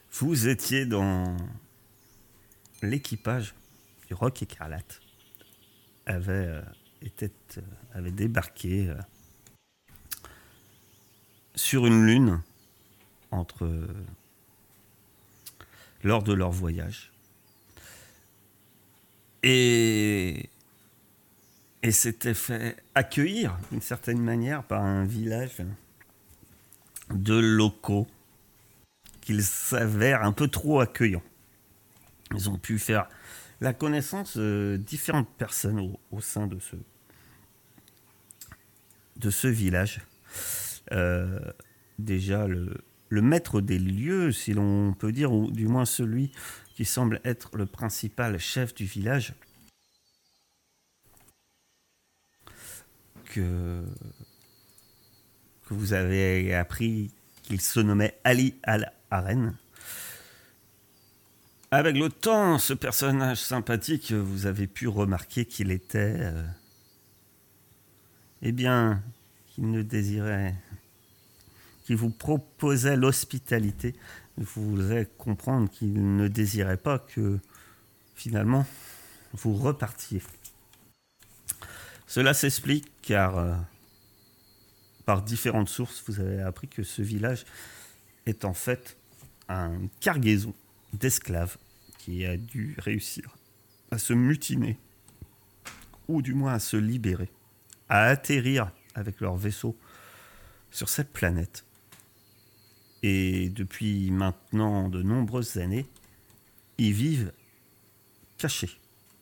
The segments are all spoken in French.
Vous étiez dans l'équipage du Roc Écarlate, avait, avait débarqué sur une lune lors de leur voyage. Et s'était fait accueillir d'une certaine manière par un village de locaux qu'ils s'avèrent un peu trop accueillants. Ils ont pu faire la connaissance de différentes personnes au sein de ce village. Déjà, le maître des lieux, si l'on peut dire, ou du moins celui qui semble être le principal chef du village, que vous avez appris qu'il se nommait Ali Al-Aren. Avec le temps, ce personnage sympathique, vous avez pu remarquer qu'il était... qu'il ne désirait... qu'il vous proposait l'hospitalité. Vous voulez comprendre qu'il ne désirait pas que, finalement, vous repartiez. Cela s'explique car, par différentes sources, vous avez appris que ce village est en fait une cargaison d'esclaves qui a dû réussir à se mutiner, ou du moins à se libérer, à atterrir avec leur vaisseau sur cette planète. Et depuis maintenant de nombreuses années, ils vivent cachés.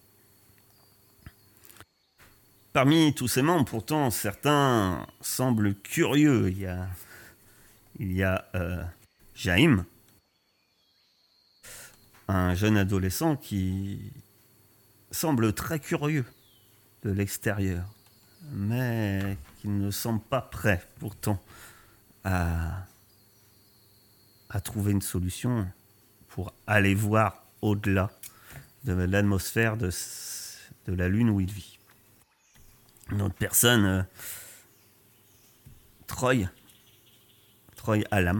Parmi tous ces membres, pourtant, certains semblent curieux. Il y a Jaïm, un jeune adolescent qui semble très curieux de l'extérieur, mais qui ne semble pas prêt pourtant à trouver une solution pour aller voir au-delà de l'atmosphère de la Lune où il vit. Une autre personne, Troy Alam,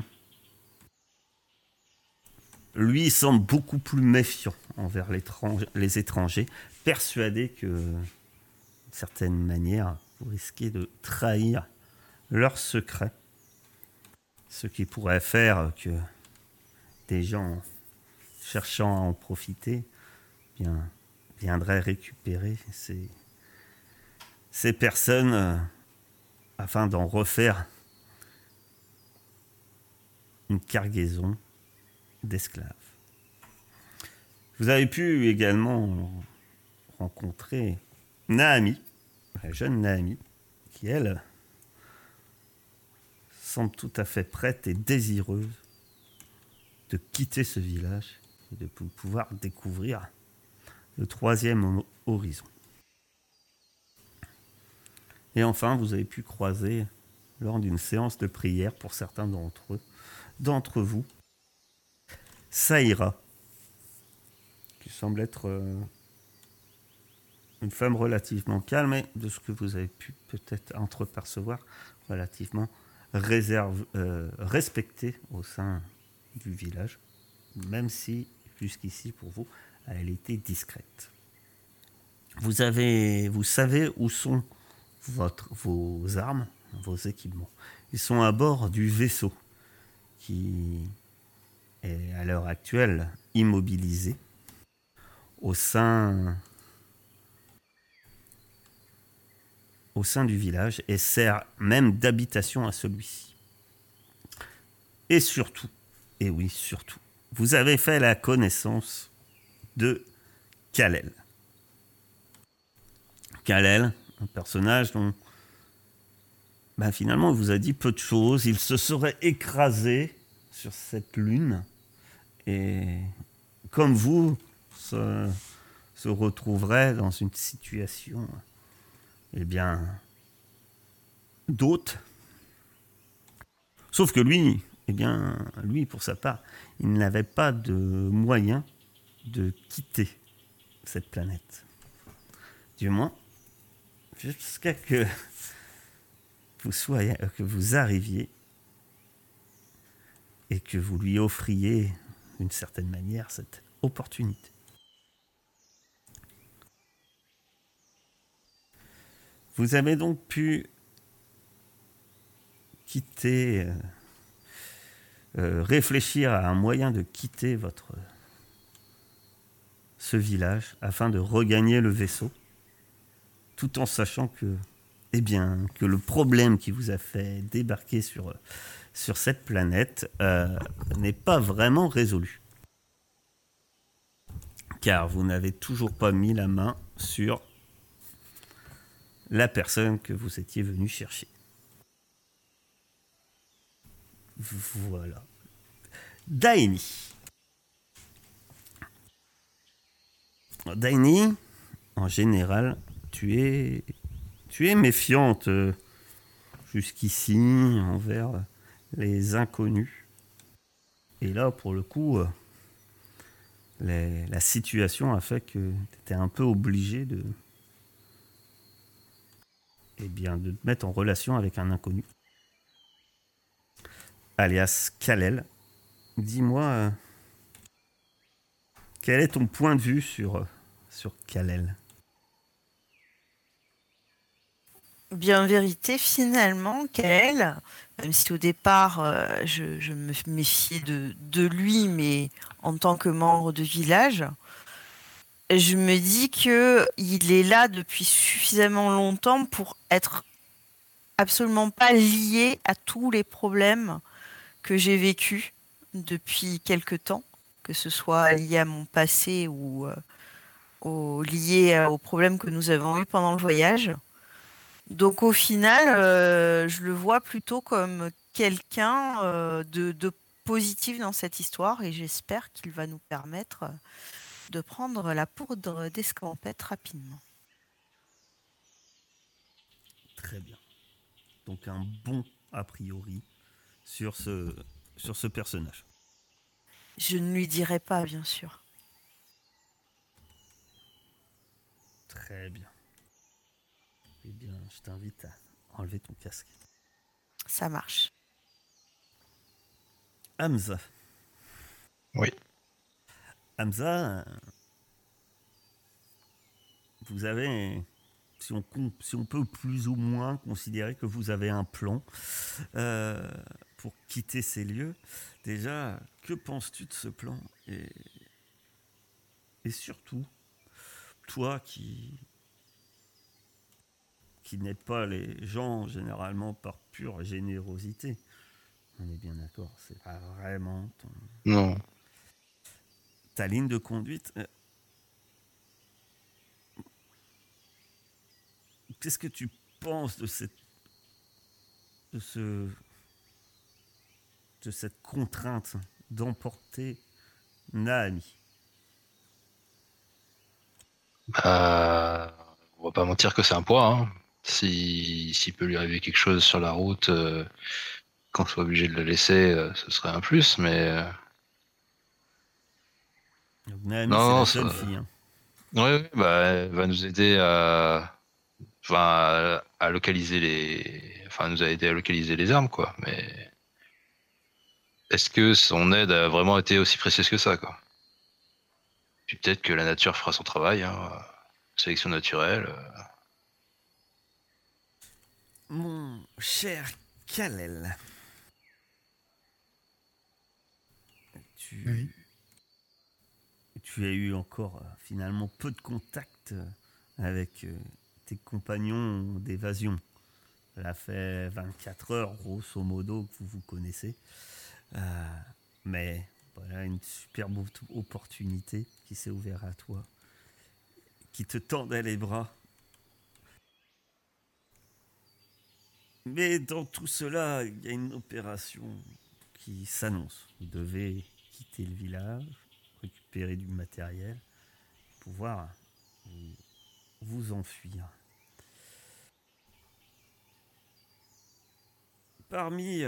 lui semble beaucoup plus méfiant envers les étrangers, persuadé que, d'une certaine manière, vous risquez de trahir leurs secrets, ce qui pourrait faire que des gens cherchant à en profiter viendraient récupérer ces personnes afin d'en refaire une cargaison d'esclaves. Vous avez pu également rencontrer Naami, la jeune Naami, qui elle semble tout à fait prête et désireuse de quitter ce village et de pouvoir découvrir le troisième horizon. Et enfin, vous avez pu croiser, lors d'une séance de prière pour certains d'entre vous, Saïra, qui semble être une femme relativement calme et, de ce que vous avez pu peut-être entrepercevoir, relativement respectée au sein du village, même si, jusqu'ici, pour vous, elle était discrète. Vous savez où sont vos armes, vos équipements. Ils sont à bord du vaisseau qui est à l'heure actuelle immobilisé au sein du village et sert même d'habitation à celui-ci. Et surtout, vous avez fait la connaissance de Kal-El. Kal-El, un personnage dont finalement il vous a dit peu de choses. Il se serait écrasé sur cette lune et, comme vous, se retrouverait dans une situation d'hôte. Sauf que lui, pour sa part, il n'avait pas de moyen de quitter cette planète. Du moins, jusqu'à que vous arriviez et que vous lui offriez d'une certaine manière, cette opportunité. Vous avez donc pu quitter, réfléchir à un moyen de quitter ce village afin de regagner le vaisseau, tout en sachant que, que le problème qui vous a fait débarquer sur cette planète n'est pas vraiment résolu. Car vous n'avez toujours pas mis la main sur la personne que vous étiez venu chercher. Voilà. Daini. Daini, en général, tu es méfiante jusqu'ici envers les inconnus. Et là, pour le coup, la situation a fait que tu étais un peu obligé de te mettre en relation avec un inconnu. Alias Kalel. Dis-moi, quel est ton point de vue sur Kalel? Bien en vérité, finalement, Kael, même si au départ, je me méfiais de lui, mais en tant que membre de village, je me dis que il est là depuis suffisamment longtemps pour être absolument pas lié à tous les problèmes que j'ai vécus depuis quelque temps, que ce soit lié à mon passé ou lié aux problèmes que nous avons eus pendant le voyage. Donc au final, je le vois plutôt comme quelqu'un de positif dans cette histoire et j'espère qu'il va nous permettre de prendre la poudre d'escampette rapidement. Très bien. Donc un bon a priori sur ce personnage. Je ne lui dirai pas, bien sûr. Très bien. Eh bien, je t'invite à enlever ton casque. Ça marche. Hamza. Oui. Hamza, vous avez, si on peut plus ou moins considérer que vous avez un plan pour quitter ces lieux. Déjà, que penses-tu de ce plan et surtout, toi qui n'aide pas les gens généralement par pure générosité. On est bien d'accord, c'est pas vraiment Non. ta ligne de conduite. Qu'est-ce que tu penses de cette contrainte d'emporter Naami? On va pas mentir que c'est un poids. Hein. S'il peut lui arriver quelque chose sur la route, qu'on soit obligé de le laisser, ce serait un plus. Mais Donc, Naami, c'est non, la ça... jeune fille. Hein. Oui, bah, elle va nous aider à localiser enfin, nous a aidé à localiser les armes, quoi. Mais est-ce que son aide a vraiment été aussi précieuse que ça, quoi? Puis peut-être que la nature fera son travail, hein. Sélection naturelle. Mon cher Kalel, Oui. tu as eu encore finalement peu de contact avec tes compagnons d'évasion. Ça fait 24 heures, grosso modo, que vous vous connaissez. Mais voilà une superbe opportunité qui s'est ouverte à toi, qui te tendait les bras. Mais dans tout cela, il y a une opération qui s'annonce. Vous devez quitter le village, récupérer du matériel, pouvoir vous enfuir. Parmi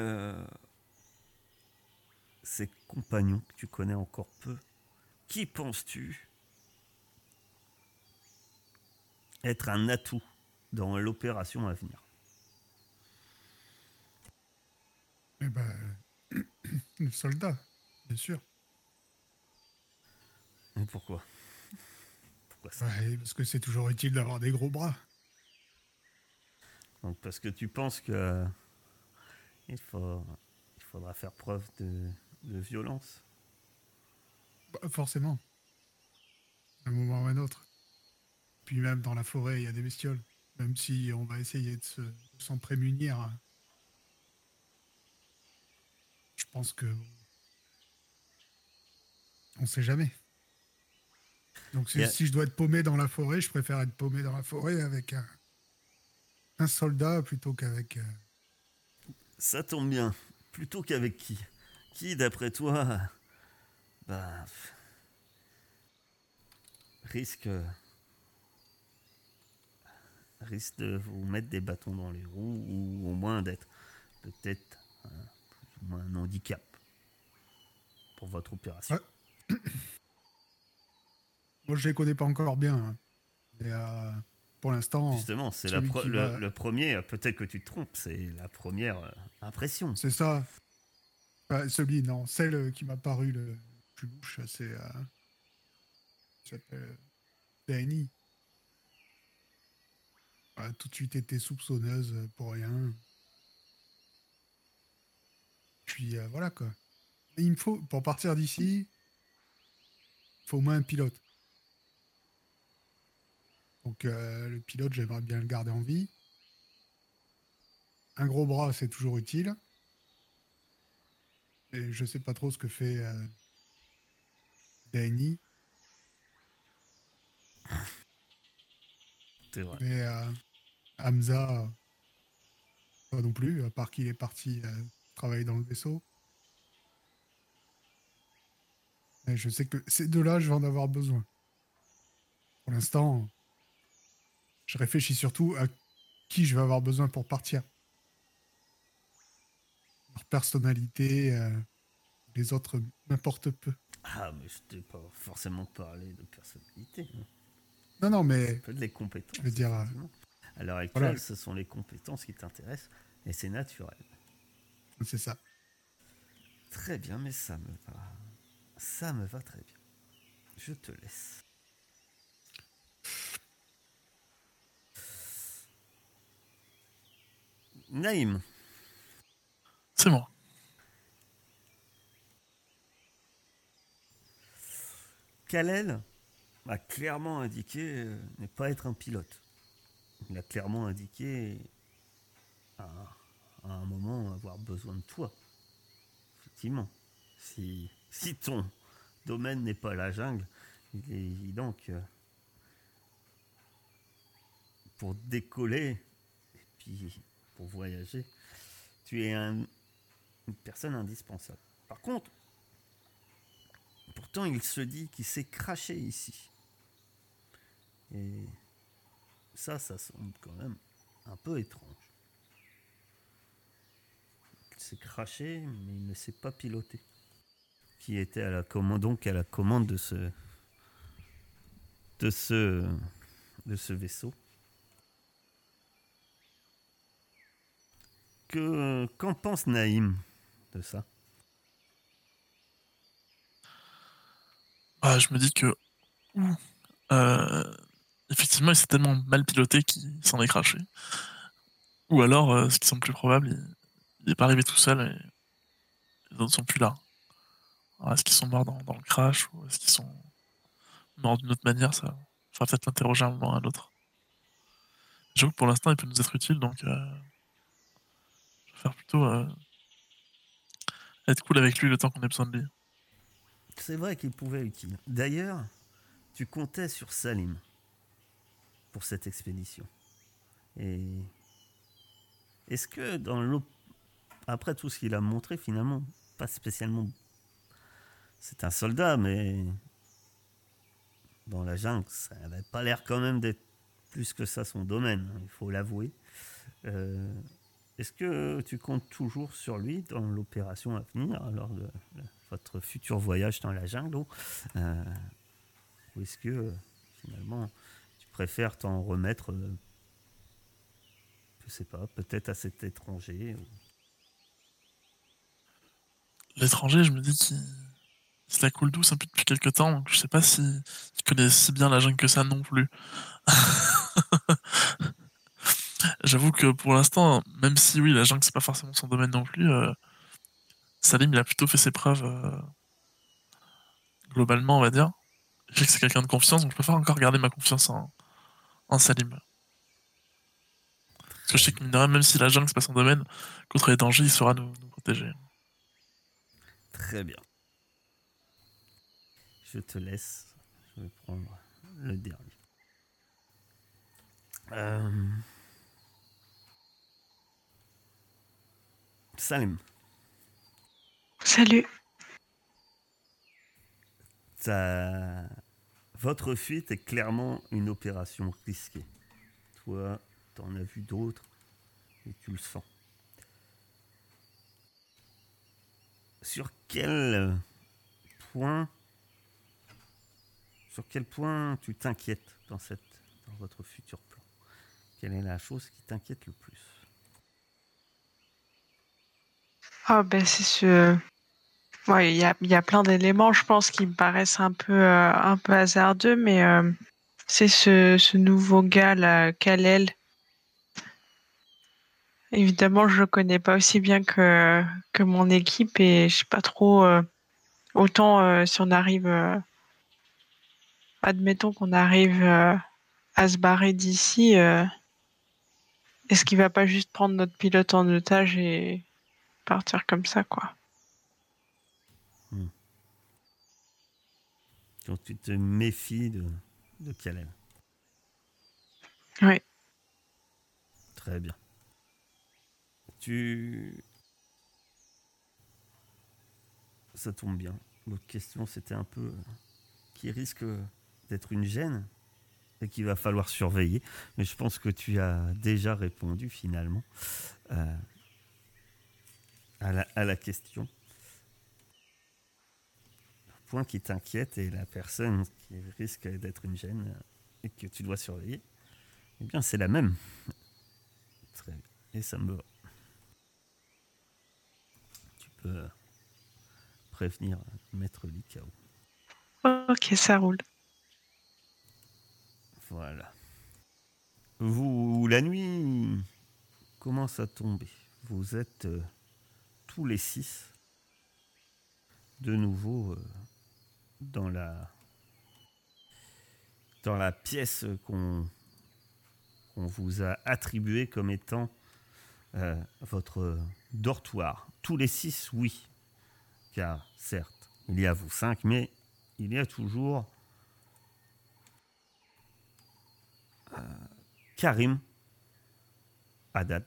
ces compagnons que tu connais encore peu, qui penses-tu être un atout dans l'opération à venir? Eh ben, le soldat, bien sûr. Pourquoi? Pourquoi ça? Ouais, parce que c'est toujours utile d'avoir des gros bras. Donc parce que tu penses que il faudra faire preuve de violence. Bah, forcément, à un moment ou à un autre. Puis même dans la forêt, il y a des bestioles. Même si on va essayer de s'en prémunir, je pense que on sait jamais. Donc Et, si je dois être paumé dans la forêt, je préfère être paumé dans la forêt avec un soldat plutôt qu'avec... ça tombe bien. Plutôt qu'avec qui? Qui, d'après toi, bah, risque, risque de vous mettre des bâtons dans les roues ou au moins d'être peut-être plus ou moins un handicap pour votre opération. Ouais. Moi, je les connais pas encore bien. Hein. Mais pour l'instant, Justement, c'est le premier, peut-être que tu te trompes, c'est la première impression. C'est ça. Celui, non. Celle qui m'a paru le plus louche, c'est... ça s'appelle Dany. Tout de suite été soupçonneuse pour rien. Puis voilà, quoi. Et il me faut, pour partir d'ici, il faut au moins un pilote. Donc le pilote, j'aimerais bien le garder en vie. Un gros bras, c'est toujours utile. Et je sais pas trop ce que fait Dany. C'est vrai. Mais Hamza, pas non plus, à part qu'il est parti travailler dans le vaisseau. Mais je sais que ces deux-là, je vais en avoir besoin. Pour l'instant, je réfléchis surtout à qui je vais avoir besoin pour partir. Leur personnalité, les autres m'importent peu. Ah, mais je t'ai pas forcément parlé de personnalité. Hein. Non, non, mais Un peu de les compétences. je veux dire, à l'heure actuelle, voilà. ce sont les compétences qui t'intéressent et c'est naturel. C'est ça. Très bien, mais ça me va. Ça me va très bien. Je te laisse. Naïm. C'est moi. Kal-El a clairement indiqué ne pas être un pilote. Il a clairement indiqué à un moment avoir besoin de toi. Effectivement. Si ton domaine n'est pas la jungle, il est évident que pour décoller et puis pour voyager, tu es une personne indispensable. Par contre, pourtant il se dit qu'il s'est craché ici. Et ça semble quand même un peu étrange. Il s'est craché, mais il ne s'est pas piloté. Qui était à la commande, donc à la commande de ce vaisseau. Qu'en pense Naïm de ça? Je me dis que effectivement, il s'est tellement mal piloté qu'il s'en est craché. Ou alors, ce qui semble plus probable, il est pas arrivé tout seul et les autres sont plus là. Alors, est-ce qu'ils sont morts dans le crash ou est-ce qu'ils sont morts d'une autre manière? Ça faudra peut-être l'interroger à un moment ou à un autre. J'avoue que pour l'instant, il peut nous être utile, donc je vais faire plutôt être cool avec lui le temps qu'on ait besoin de lui. C'est vrai qu'il pouvait être utile. D'ailleurs, tu comptais sur Salim pour cette expédition. Et est-ce que après tout ce qu'il a montré, finalement, pas spécialement... C'est un soldat, mais dans la jungle, ça n'avait pas l'air quand même d'être plus que ça son domaine, hein, il faut l'avouer. Est-ce que tu comptes toujours sur lui dans l'opération à venir, lors de votre futur voyage dans la jungle, ou est-ce que finalement tu préfères t'en remettre, je sais pas, peut-être à cet étranger L'étranger, je me dis qu'il c'est la coule douce un peu depuis quelques temps, donc je sais pas si il connaît si bien la jungle que ça non plus. J'avoue que pour l'instant, même si oui, la jungle c'est pas forcément son domaine non plus, Salim il a plutôt fait ses preuves globalement, on va dire. Je sais que c'est quelqu'un de confiance, donc je préfère encore garder ma confiance en Salim. Parce que je sais que mine de rien, même si la jungle c'est pas son domaine, contre les dangers, il saura nous protéger. Très bien. Je te laisse. Je vais prendre le dernier. Salim, Salut. votre fuite est clairement une opération risquée. Toi, t'en as vu d'autres et tu le sens. Sur quel point tu t'inquiètes dans votre futur plan? Quelle est la chose qui t'inquiète le plus? Ah ben c'est ce. Ouais, il y a plein d'éléments, je pense, qui me paraissent un peu hasardeux, mais c'est ce nouveau gars là, Kalel. Évidemment, je le connais pas aussi bien que mon équipe et je sais pas trop. Autant si on arrive, admettons qu'on arrive à se barrer d'ici, est-ce qu'il va pas juste prendre notre pilote en otage et partir comme ça, quoi? Donc tu te méfies de Kalel. Oui. Très bien. Ça tombe bien. L'autre question, c'était un peu qui risque d'être une gêne et qu'il va falloir surveiller. Mais je pense que tu as déjà répondu finalement à la question. Le point qui t'inquiète et la personne qui risque d'être une gêne et que tu dois surveiller, eh bien c'est la même. Très bien. Et ça me va. Tu peux prévenir Maître Likao. Ok, ça roule. Voilà. La nuit commence à tomber. Vous êtes tous les 6 de nouveau dans la pièce qu'on vous a attribuée comme étant votre dortoir. Tous les 6, oui. Car certes, il y a vous 5, mais il y a toujours Karim, Haddad,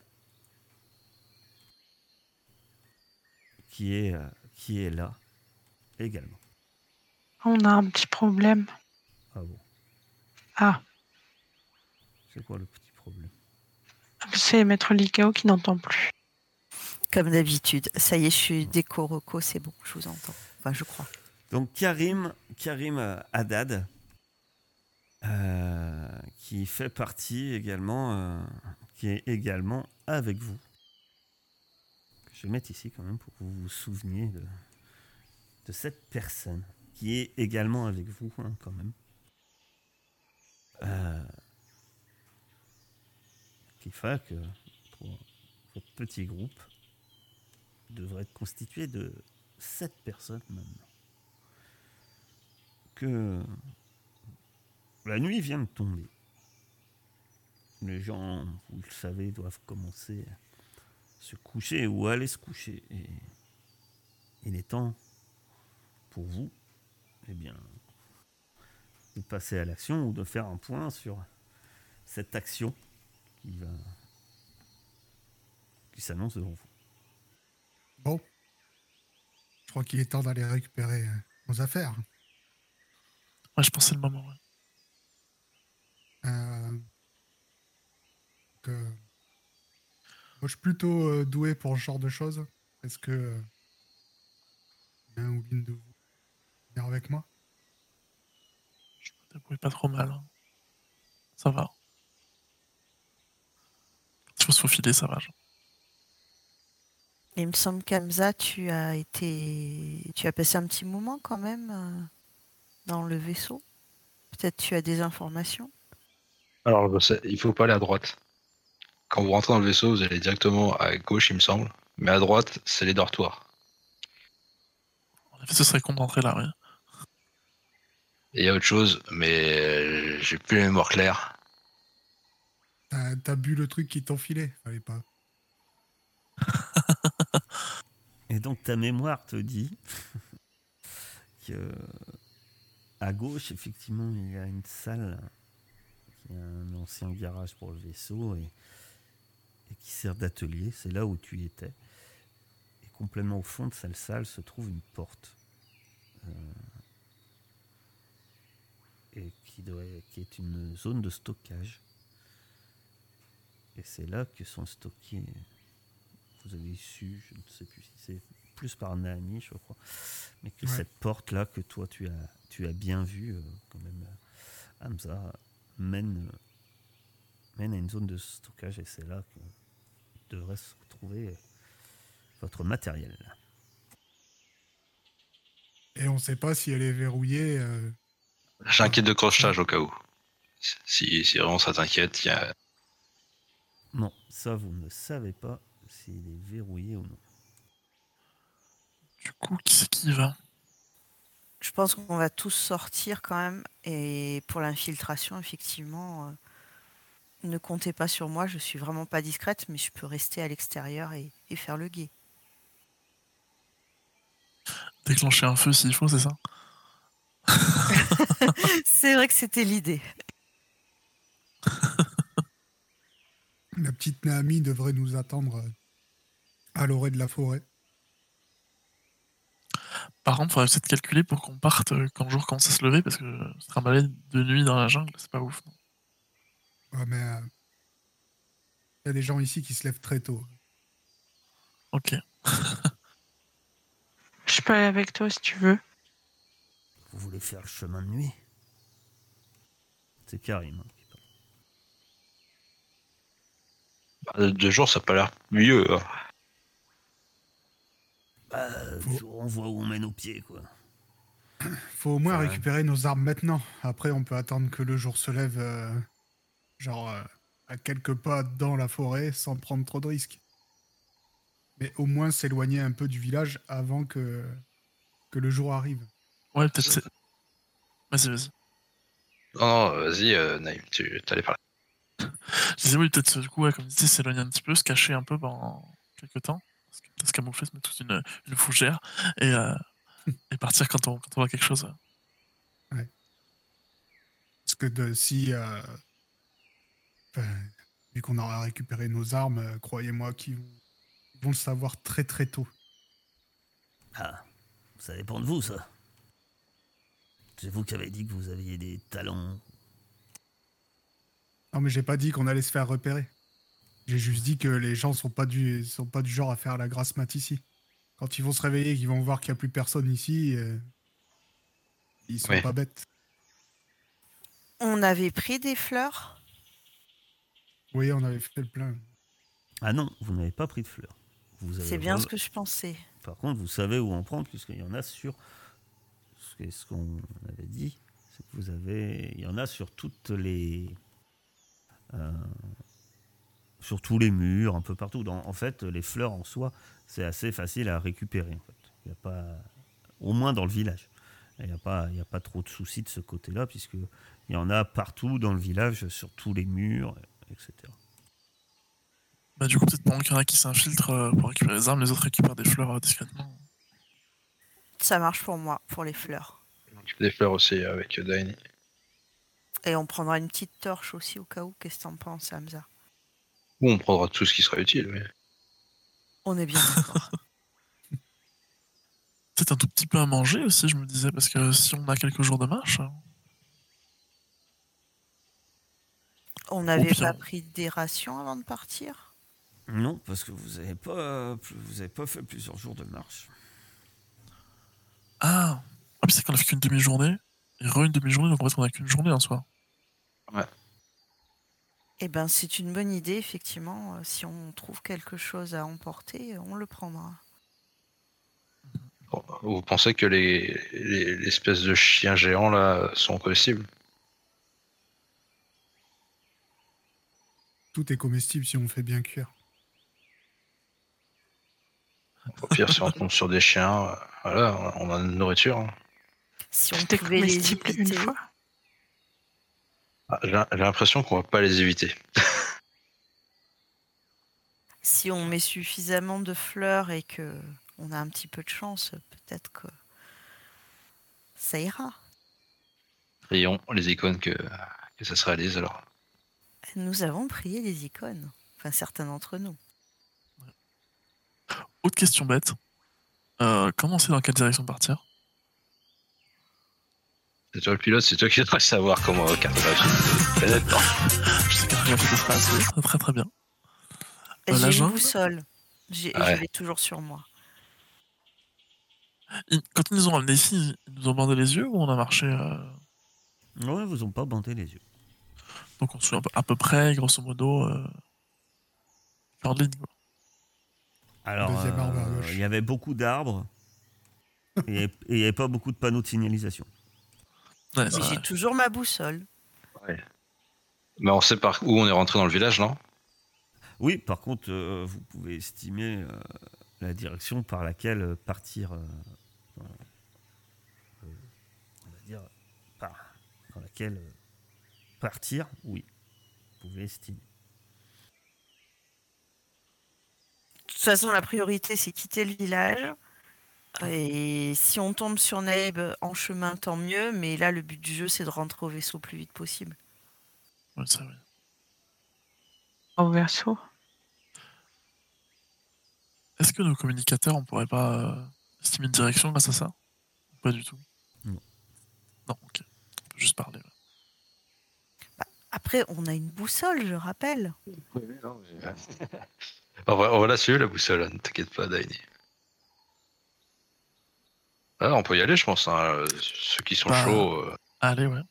qui est là également. On a un petit problème. Ah bon? Ah, C'est quoi le petit problème? c'est Maître Likao qui n'entend plus. Comme d'habitude. Ça y est, je suis déco-reco, c'est bon, je vous entends. Enfin, je crois. Donc Karim Haddad, qui fait partie également, qui est également avec vous. Je vais mettre ici quand même pour que vous vous souveniez de cette personne qui est également avec vous quand même. Qui fait que votre petit groupe devrait être constitué de 7 personnes maintenant. Que la nuit vient de tomber. Les gens, vous le savez, doivent commencer à se coucher ou aller se coucher. Et il est temps pour vous, eh bien, de passer à l'action ou de faire un point sur cette action qui s'annonce devant vous. Bon. Je crois qu'il est temps d'aller récupérer nos affaires. Ouais, je pense que c'est le moment. Ouais. Moi, je suis plutôt doué pour ce genre de choses. Est-ce que un ou une de vous venir avec moi? Je me débrouille pas trop mal. Hein. Ça va. Il faut se faufiler, ça va. Genre. Il me semble qu'Hamza, tu as passé un petit moment quand même dans le vaisseau. Peut-être tu as des informations. Alors, il faut pas aller à droite. Quand vous rentrez dans le vaisseau, vous allez directement à gauche, il me semble. Mais à droite, c'est les dortoirs. En effet, ce serait con d'entrer là, oui. Et il y a autre chose, mais j'ai plus la mémoire claire. T'as bu le truc qui t'enfilait, fallait pas. Et donc ta mémoire te dit que à gauche, effectivement, il y a une salle qui est un ancien garage pour le vaisseau et qui sert d'atelier. C'est là où tu étais. Et complètement au fond de cette salle se trouve une porte. Et qui est une zone de stockage. Et c'est là que sont stockés. Vous avez su, je ne sais plus si c'est plus par Naami, je crois, mais que Ouais. cette porte-là que toi tu as bien vue, quand même, Hamza, mène à une zone de stockage et c'est là que devrait se retrouver votre matériel. Et on sait pas si elle est verrouillée. J'ai un kit de crochetage au cas où. Si vraiment ça t'inquiète, il y a... Non, ça vous ne savez pas s'il est verrouillé ou non. Du coup, qui c'est qui y va? Je pense qu'on va tous sortir quand même. Et pour l'infiltration, effectivement, ne comptez pas sur moi. Je suis vraiment pas discrète, mais je peux rester à l'extérieur et faire le guet. Déclencher un feu s'il faut, c'est ça? C'est vrai que c'était l'idée. La petite Naami devrait nous attendre à l'orée de la forêt. Par contre, il faudrait peut-être calculer pour qu'on parte quand le jour commence à se lever, parce que se trimballer de nuit dans la jungle, c'est pas ouf. Non. Ouais, mais il y a des gens ici qui se lèvent très tôt. Ok. Je peux aller avec toi si tu veux. Vous voulez faire le chemin de nuit? C'est Karim, hein, qui parle. De jour, ça a pas l'air mieux. Hein. On voit où on mène au pied, quoi. Faut au moins Ça va. récupérer nos armes maintenant. Après, on peut attendre que le jour se lève, à quelques pas dans la forêt, sans prendre trop de risques. Mais au moins s'éloigner un peu du village avant que le jour arrive. Ouais, peut-être c'est. Vas-y, vas-y. Non, vas-y, Naïm, tu t'allais parler. Je disais oui, peut-être du coup, ouais, comme tu disais, s'éloigner un petit peu, se cacher un peu pendant quelques temps, se camoufler, se mettre toute une fougère et partir quand on voit quelque chose. Ouais. Parce que si, enfin, vu qu'on aura récupéré nos armes, croyez-moi qu'ils vont le savoir très très tôt. Ah, ça dépend de vous, ça. C'est vous qui avez dit que vous aviez des talents. Non, mais j'ai pas dit qu'on allait se faire repérer. J'ai juste dit que les gens sont pas du genre à faire la grasse mat ici. Quand ils vont se réveiller et qu'ils vont voir qu'il n'y a plus personne ici, ils sont Oui. pas bêtes. On avait pris des fleurs. Oui, on avait fait le plein. Ah non, vous n'avez pas pris de fleurs. Vous avez C'est bien ce que je pensais. Par contre, vous savez où en prendre, puisqu'il y en a sur. Ce qu'on avait dit, c'est que il y en a sur toutes les. Sur tous les murs, un peu partout. En fait, les fleurs en soi, c'est assez facile à récupérer. En fait. Il y a pas, au moins dans le village. Il n'y a pas trop de soucis de ce côté-là, puisqu'il y en a partout dans le village, sur tous les murs, etc. Bah, du coup, peut-être pendant qu'il y en a qui s'infiltrent pour récupérer les armes, les autres récupèrent des fleurs discrètement. Ça marche pour moi, pour les fleurs. Des fleurs aussi avec Daini. Et on prendra une petite torche aussi au cas où. Qu'est-ce que t'en penses, Hamza? Ou on prendra tout ce qui sera utile. Oui. On est bien d'accord. Peut-être un tout petit peu à manger aussi, je me disais, parce que si on a quelques jours de marche. On n'avait pire. pas pris des rations avant de partir? Non, parce que vous n'avez pas fait plusieurs jours de marche. Ah, puis c'est qu'on a fait qu'une demi-journée, et une demi-journée, donc en fait on a qu'une journée en soi. Ouais. Eh ben, c'est une bonne idée, effectivement. Si on trouve quelque chose à emporter, on le prendra. Vous pensez que les espèces de chiens géants là sont comestibles? Tout est comestible si on fait bien cuire. Au pire, si on tombe sur des chiens, voilà, on a une nourriture. Hein. Si on Tout est pouvait les comestible une éviter, fois. Ah, j'ai l'impression qu'on va pas les éviter. si on met suffisamment de fleurs et que on a un petit peu de chance, peut-être que ça ira. Prions les icônes que ça se réalise alors. Nous avons prié les icônes. Enfin, certains d'entre nous. Autre question bête. Comment on sait dans quelle direction partir? C'est toi le pilote, c'est toi qui devrais savoir comment cartographier la planète. Non. Je sais cartographie de trace, très très bien. La J'ai une jungle, boussole. Ah ouais. Je l'ai toujours sur moi. quand ils nous ont ramenés ici, ils nous ont bandé les yeux ou on a marché Ouais, vous ont pas bandé les yeux. donc on suit à peu près, grosso modo, hors de ligne, quoi. Alors, Deuxième arbre à gauche. il y avait beaucoup d'arbres et il n'y avait pas beaucoup de panneaux de signalisation. Ouais, Mais c'est j'ai vrai. toujours ma boussole. Mais on sait par où on est rentré dans le village, non? Oui, par contre, vous pouvez estimer la direction par laquelle partir, on va dire, dans laquelle partir, oui, vous pouvez estimer. De toute façon, la priorité, c'est quitter le village. Et si on tombe sur Naib en chemin, tant mieux. Mais là, le but du jeu, c'est de rentrer au vaisseau le plus vite possible. Ouais, c'est vrai. Au verso. Est-ce que nos communicateurs, on pourrait pas estimer une direction grâce à ça? Pas du tout. Non. Non, ok. On peut juste parler. Ouais. Après, on a une boussole, je rappelle. Oui, non, mais... on va la suivre la boussole, ne t'inquiète pas, Daini. Ah, on peut y aller, je pense. Hein. Ceux qui sont Bah, chauds. Allez, ouais.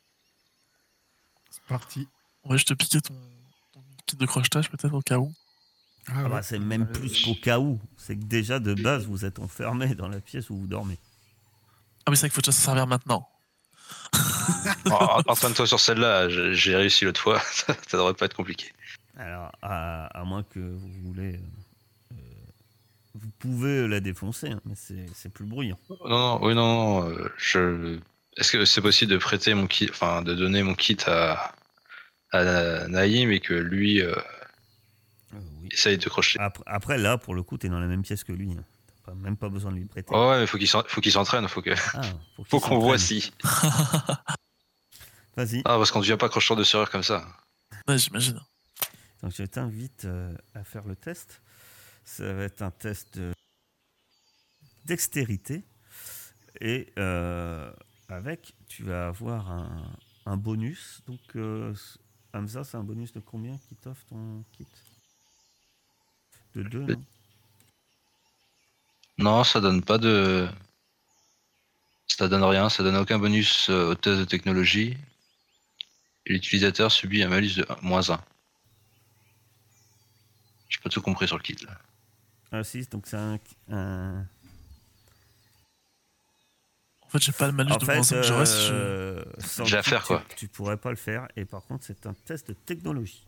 C'est parti. Ouais, je te piquer ton kit de crochetage peut-être au cas où. Ah ouais. bah, c'est même plus qu'au cas où. C'est que déjà, de base, vous êtes enfermé dans la pièce où vous dormez. Ah mais c'est vrai qu'il faut déjà s'en servir maintenant. Entraîne-toi sur celle-là, j'ai réussi l'autre fois, ça devrait pas être compliqué. Alors, à moins que vous voulez... vous pouvez la défoncer, hein, mais c'est plus bruyant. Non, Est-ce que c'est possible de prêter mon kit, enfin de donner mon kit à Naïm et que lui Oui. essaye de crocheter? Après, là, pour le coup, t'es dans la même pièce que lui. Hein. T'as même pas besoin de lui prêter. Ouais, mais faut qu'il s'entraîne, faut qu'on voit si. Vas-y. Ah, parce qu'on ne devient pas crocheteur de serrure comme ça. Ouais, j'imagine. Donc, je t'invite à faire le test. Ça va être un test de dextérité. Et avec, tu vas avoir un bonus. Donc, Hamza, c'est un bonus de combien qui t'offre ton kit? De 2, non? Non, ça donne pas de. Ça donne rien, ça donne aucun bonus au test de technologie. Et l'utilisateur subit un malus de -1. J'ai pas tout compris sur le kit là. Ah, si, donc c'est un... En fait, j'ai pas le malus En de fait, moins 5 que j'aurais si je... sans J'ai à kit, faire, quoi. tu pourrais pas le faire. Et par contre, c'est un test de technologie.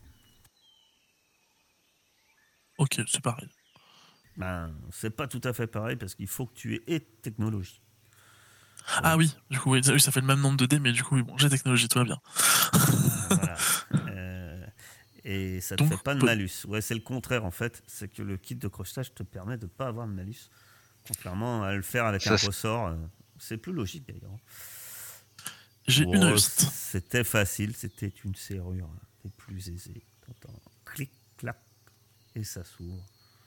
Ok, c'est pareil. Ben, c'est pas tout à fait pareil parce qu'il faut que tu aies technologie. Ah oui, du coup, oui, ça fait le même nombre de dés, mais du coup, oui, bon, j'ai technologie, tout va bien. Voilà. Et ça ne Donc, fait pas de malus. Ouais, c'est le contraire en fait. C'est que le kit de crochetage te permet de ne pas avoir de malus. Contrairement à le faire avec un ressort. C'est plus logique d'ailleurs. J'ai une réussite. C'était facile, c'était une serrure des plus aisées. T'entends clic, clac, et ça s'ouvre.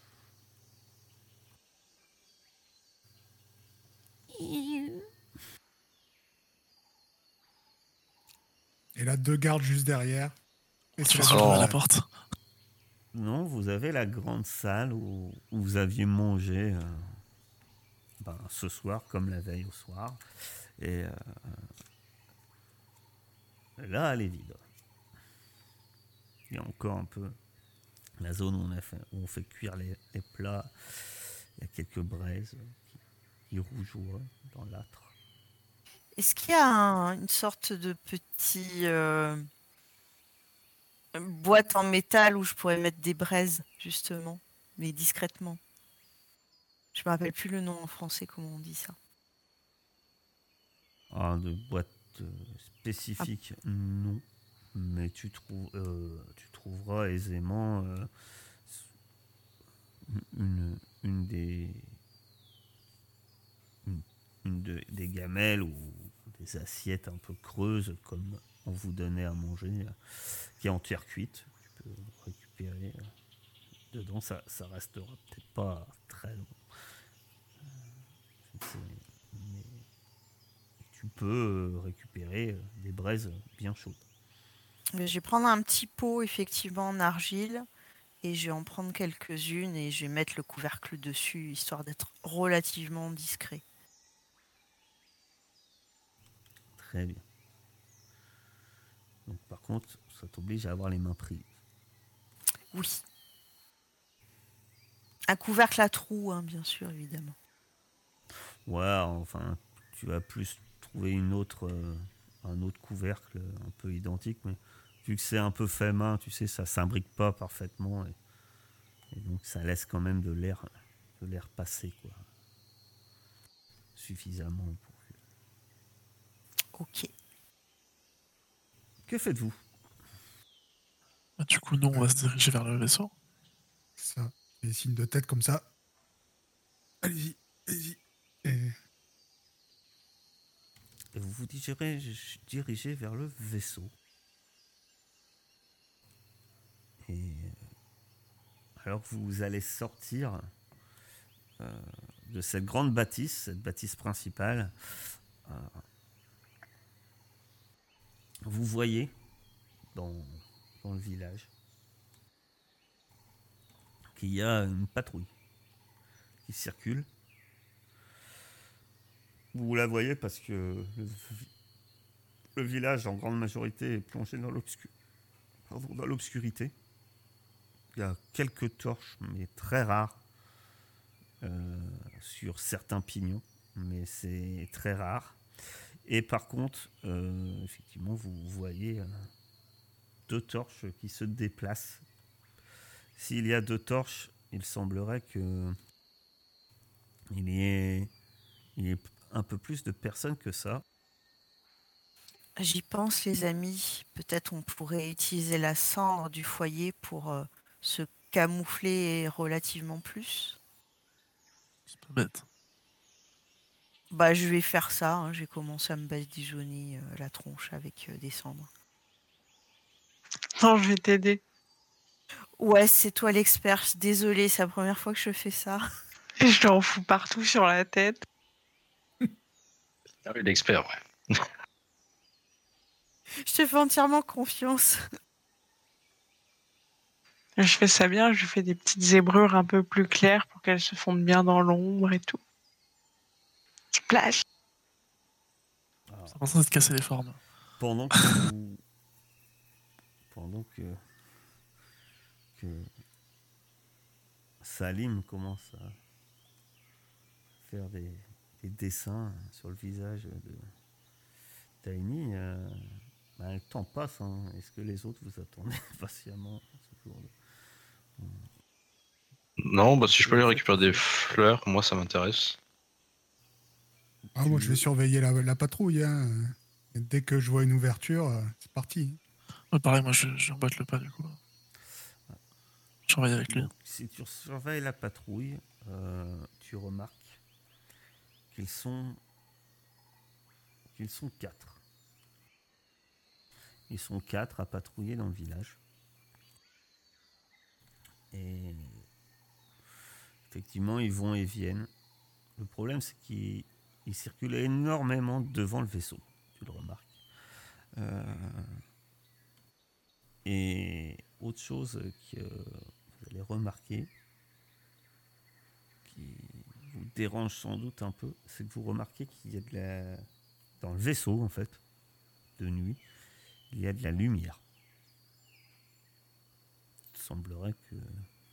Et là, 2 gardes juste derrière. Et Tu c'est vas Oh. à la porte. Non, vous avez la grande salle où vous aviez mangé ce soir, comme la veille au soir. Et là, elle est vide. Il y a encore un peu la zone où on fait cuire les plats. Il y a quelques braises qui rougeoient dans l'âtre. Est-ce qu'il y a une sorte de petit boîte en métal où je pourrais mettre des braises, justement, mais discrètement? Je me rappelle plus le nom en français, comment on dit ça. De boîte spécifique, non. Mais tu trouveras aisément des gamelles ou des assiettes un peu creuses, comme on vous donnait à manger, qui est en terre cuite. Tu peux récupérer dedans. Ça restera peut-être pas très long. Mais tu peux récupérer des braises bien chaudes. Mais je vais prendre un petit pot, effectivement, en argile, et je vais en prendre quelques-unes, et je vais mettre le couvercle dessus, histoire d'être relativement discret. Très bien. Donc, par contre, ça t'oblige à avoir les mains prises. Oui. Un couvercle à trous, hein, bien sûr, évidemment. Ouais, enfin, tu vas plus trouver un autre couvercle un peu identique, mais vu que c'est un peu fait main, tu sais, ça s'imbrique pas parfaitement, et donc ça laisse quand même de l'air passer, quoi. Suffisamment pour que... Ok. Que faites-vous? Du coup, nous, on va se diriger vers le vaisseau. Ça, des signes de tête comme ça. Allez-y, allez-y. Et Et vous vous dirigez vers le vaisseau. Et alors que vous allez sortir de cette grande bâtisse, cette bâtisse principale, vous voyez dans le village qu'il y a une patrouille qui circule. Vous la voyez parce que le village, en grande majorité, est plongé dans l'obscurité. Il y a quelques torches, mais très rares, sur certains pignons, mais c'est très rare. Et par contre, effectivement, vous voyez 2 torches qui se déplacent. S'il y a 2 torches, il semblerait que il y ait un peu plus de personnes que ça. J'y pense, les amis. Peut-être on pourrait utiliser la cendre du foyer pour se camoufler relativement plus. C'est pas bête. Bah, je vais faire ça, hein. Je vais commencer à me badigeonner la tronche avec des cendres. Non, je vais t'aider. Ouais, c'est toi l'expert. Désolée, c'est la première fois que je fais ça. Je t'en fous partout sur la tête. Ah oui, l'expert, ouais. Je te fais entièrement confiance. Je fais ça bien, je fais des petites zébrures un peu plus claires pour qu'elles se fondent bien dans l'ombre et tout. Splash. C'est important de se casser les formes. Pendant que Salim commence à faire des dessins sur le visage de Tiny, le temps passe, hein. Est-ce que les autres vous attendez patiemment ce jour Non, bah si je peux aller récupérer des fleurs, moi ça m'intéresse. moi, je vais surveiller la patrouille. Hein. Et dès que je vois une ouverture, c'est parti. Ouais, pareil, moi, j'emboîte le pas, du coup. Je travaille avec lui. Donc, si tu surveilles la patrouille, tu remarques qu'ils sont 4. Ils sont 4 à patrouiller dans le village. Et effectivement, ils vont et viennent. Le problème, c'est qu'ils circulent énormément devant le vaisseau. Tu le remarques. Et autre chose que vous allez remarquer, qui vous dérange sans doute un peu, c'est que vous remarquez qu'il y a dans le vaisseau, en fait, de nuit, il y a de la lumière. semblerait que il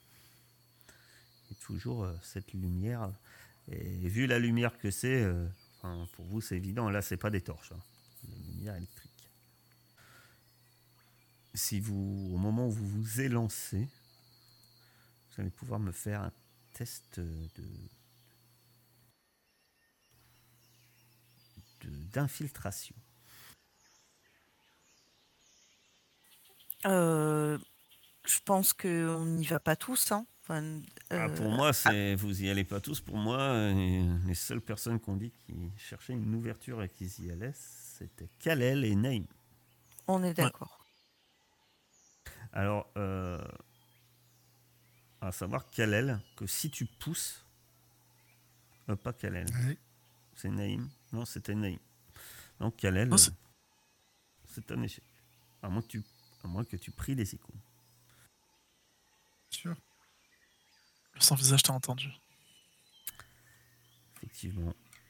y ait toujours cette lumière. Et vu la lumière que c'est, enfin, pour vous c'est évident, là c'est pas des torches, hein. C'est une lumière électrique. Si vous, au moment où vous vous élancez, vous allez pouvoir me faire un test d'infiltration. Je pense qu'on n'y va pas tous. Hein. Enfin, Pour moi, vous y allez pas tous. Pour moi, les seules personnes qu'on dit qui cherchaient une ouverture et qui y allaient, c'était Kalel et Naïm. On est d'accord. Alors, à savoir Kalel, que si tu pousses, pas Kalel, Ouais. c'est Naïm. Non, c'était Naïm. Donc Kalel, Non, c'est un échec. À moins que tu pries des icônes. Sûr. le sans visage t'a entendu. Effectivement.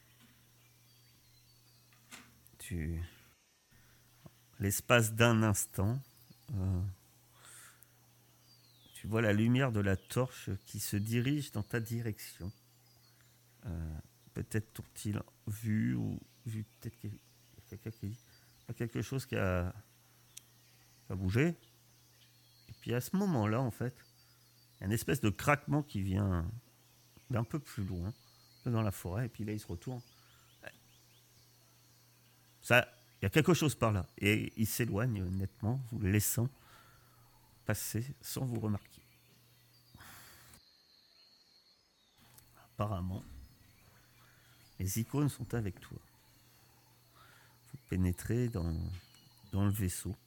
L'espace d'un instant, tu vois la lumière de la torche qui se dirige dans ta direction. Peut-être t'ont-ils vu peut-être qu'il y a quelqu'un qui dit il y a quelque chose qui a bougé. Et puis à ce moment-là, en fait, il y a une espèce de craquement qui vient d'un peu plus loin, un peu dans la forêt, et puis là il se retourne. Ça, il y a quelque chose par là. Et il s'éloigne nettement, vous le laissant passer sans vous remarquer. Apparemment, les icônes sont avec toi. Vous pénétrez dans le vaisseau,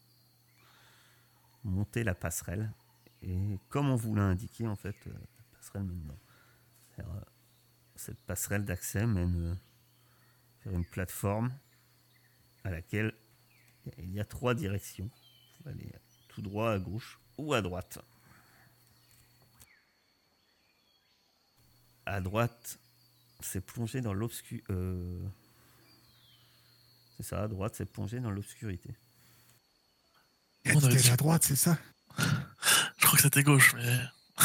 montez la passerelle, et comme on vous l'a indiqué, en fait, la passerelle mène vers cette passerelle d'accès mène vers une plateforme à laquelle il y a 3 directions. Vous pouvez aller tout droit à gauche ou à droite. À droite, c'est plongé dans l'obscurité. C'est ça, à droite, c'est plongé dans l'obscurité. Il a dit qu'elle est à droite, c'est ça? Je crois que c'était gauche, mais.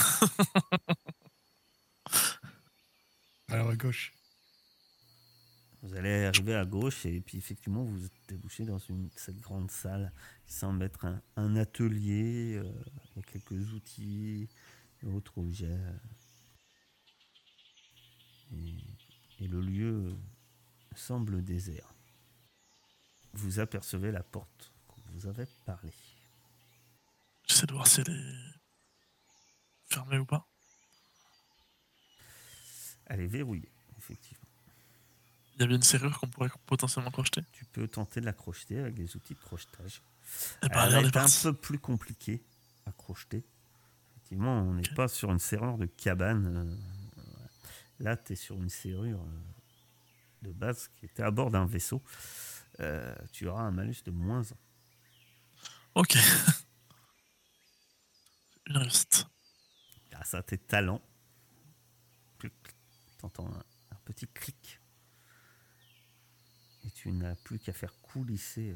Alors à gauche. Vous allez arriver à gauche et puis effectivement vous débouchez dans cette grande salle qui semble être un atelier. Il y a quelques outils et autres objets. Et le lieu semble désert. Vous apercevez la porte qu'on vous avait parlé. J'essaie de voir si elle est fermée ou pas. Elle est verrouillée, effectivement. Il y avait une serrure qu'on pourrait potentiellement crocheter. Tu peux tenter de la crocheter avec des outils de crochetage. Et Elle allez, on est est un parti. peu plus compliquée à crocheter. Effectivement, on n'est pas sur une serrure de cabane. Là, tu es sur une serrure de base qui était à bord d'un vaisseau. Tu auras un malus de -1. Ok. Une réussite. Grâce à tes talents, tu entends un petit clic. Et tu n'as plus qu'à faire coulisser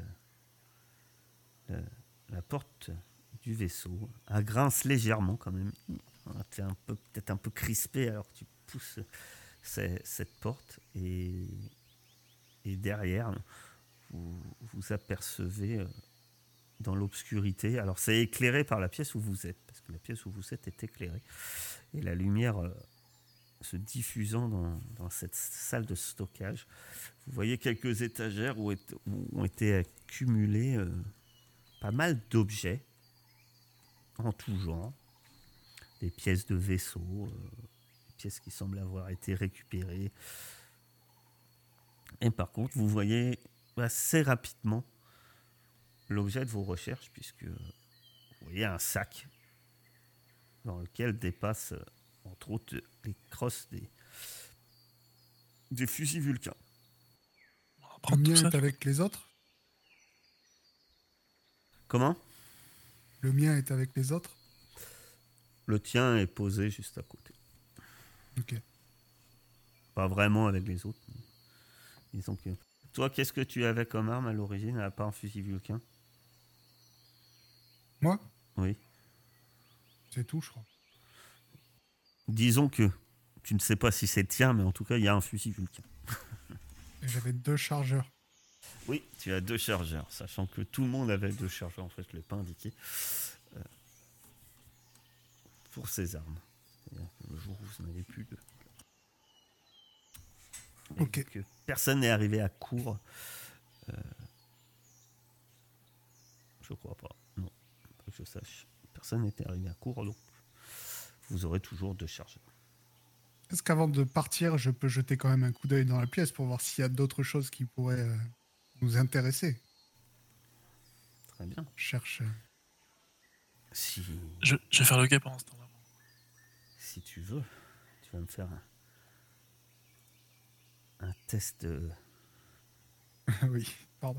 la porte du vaisseau. Elle grince légèrement quand même. Tu es peut-être un peu crispé alors que tu pousses cette porte. Et derrière, vous apercevez dans l'obscurité. Alors c'est éclairé par la pièce où vous êtes, parce que la pièce où vous êtes est éclairée. Et la lumière se diffusant dans cette salle de stockage. Vous voyez quelques étagères où ont été accumulés pas mal d'objets en tout genre. Des pièces de vaisseau, des pièces qui semblent avoir été récupérées. Et par contre, vous voyez assez rapidement l'objet de vos recherches, puisque vous voyez un sac dans lequel dépassent entre autres les crosses des fusils Vulcain. On va Le prendre tout mien ça. est avec les autres? Comment ? Le mien est avec les autres? Le tien est posé juste à côté. Ok. Pas vraiment avec les autres. Mais disons que... Toi, qu'est-ce que tu avais comme arme à l'origine, à part un fusil Vulcain ? Moi? Oui. C'est tout, je crois. Disons que tu ne sais pas si c'est le tien, mais en tout cas, il y a un fusil Vulcain. Et j'avais 2 chargeurs. Oui, tu as 2 chargeurs, sachant que tout le monde avait 2 chargeurs, en fait, je ne l'ai pas indiqué, pour ses armes. C'est-à-dire que le jour où vous n'avez plus de... Et Ok. que personne n'est arrivé à court. Je crois pas. Non, pas que je sache. Personne n'était arrivé à court, donc vous aurez toujours 2 chargeurs. Est-ce qu'avant de partir, je peux jeter quand même un coup d'œil dans la pièce pour voir s'il y a d'autres choses qui pourraient nous intéresser? Très bien. Je cherche. Si Je vais faire le guet pendant ce temps-là. tu veux, tu vas me faire un test Oui, pardon.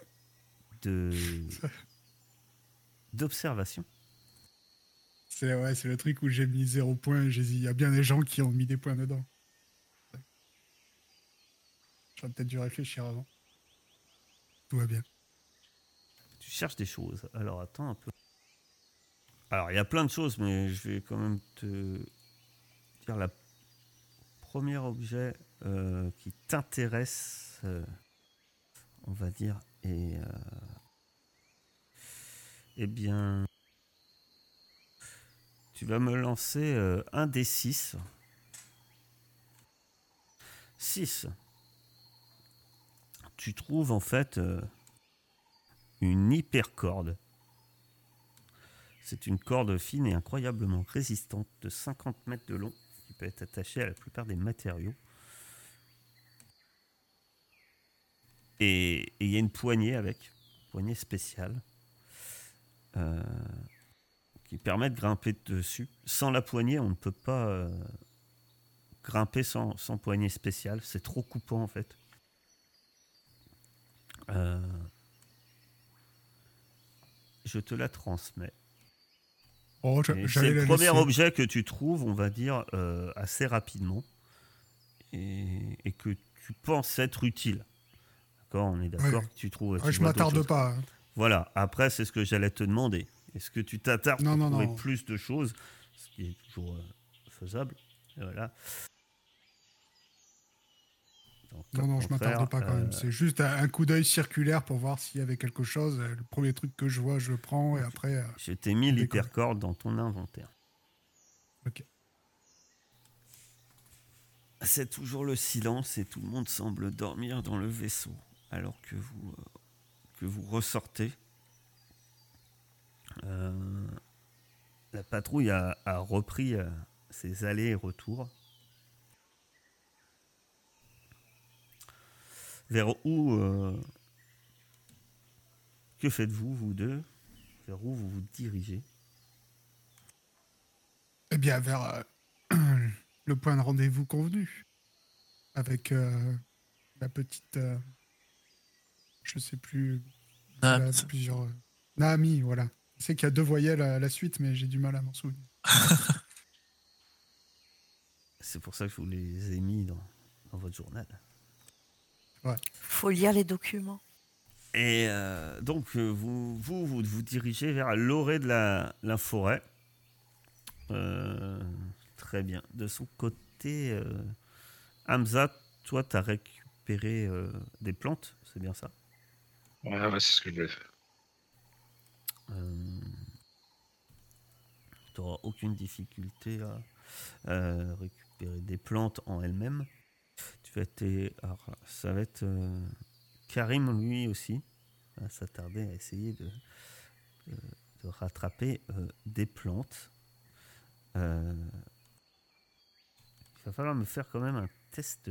d'observation. C'est le truc où j'ai mis 0 points. Il y a bien des gens qui ont mis des points dedans. Ouais. J'aurais peut-être dû réfléchir avant. Tout va bien. Tu cherches des choses. Alors attends un peu. Alors il y a plein de choses, mais je vais quand même te dire le premier objet qui t'intéresse, on va dire, et eh bien, tu vas me lancer un des 6. 6. Tu trouves en fait une hypercorde. C'est une corde fine et incroyablement résistante de 50 mètres de long qui peut être attachée à la plupart des matériaux. Et il y a une poignée avec, poignée spéciale, qui permet de grimper dessus. Sans la poignée, on ne peut pas grimper sans poignée spéciale. C'est trop coupant en fait. Je te la transmets. Oh, Et j'allais c'est le la premier laisser. objet que tu trouves, on va dire, assez rapidement et que tu penses être utile. D'accord, on est d'accord Ouais. que tu trouves. Ouais, tu je vois d'autres m'attarde choses. pas. Hein. Voilà, après, c'est ce que j'allais te demander. Est-ce que tu t'attardes Non, pour non, trouver non. plus de choses, ce qui est toujours faisable. Et voilà. Donc, Non, au je contraire, m'attarde pas quand même. C'est juste un coup d'œil circulaire pour voir s'il y avait quelque chose. Le premier truc que je vois, je le prends et après. je t'ai mis on décolle. l'hypercorde dans ton inventaire. Ok. C'est toujours le silence et tout le monde semble dormir dans le vaisseau alors que vous ressortez. La patrouille a repris ses allers et retours. Vers où que faites-vous, vous deux? Vers où vous vous dirigez? Eh bien, vers le point de rendez-vous convenu. Avec la petite. Je sais plus. Elle a plusieurs. Naami, voilà. Je sais qu'il y a 2 voyelles à la suite, mais j'ai du mal à m'en souvenir. C'est pour ça que je vous les ai mis dans votre journal. Faut lire les documents. Et donc, vous dirigez vers l'orée de la forêt. Très bien. De son côté, Hamza, toi, tu as récupéré des plantes, c'est bien ça? Ouais, c'est ce que je voulais faire. Tu n'auras aucune difficulté à récupérer des plantes en elles-mêmes. Alors, ça va être Karim, lui aussi, va s'attarder à essayer de rattraper des plantes. Il va falloir me faire quand même un test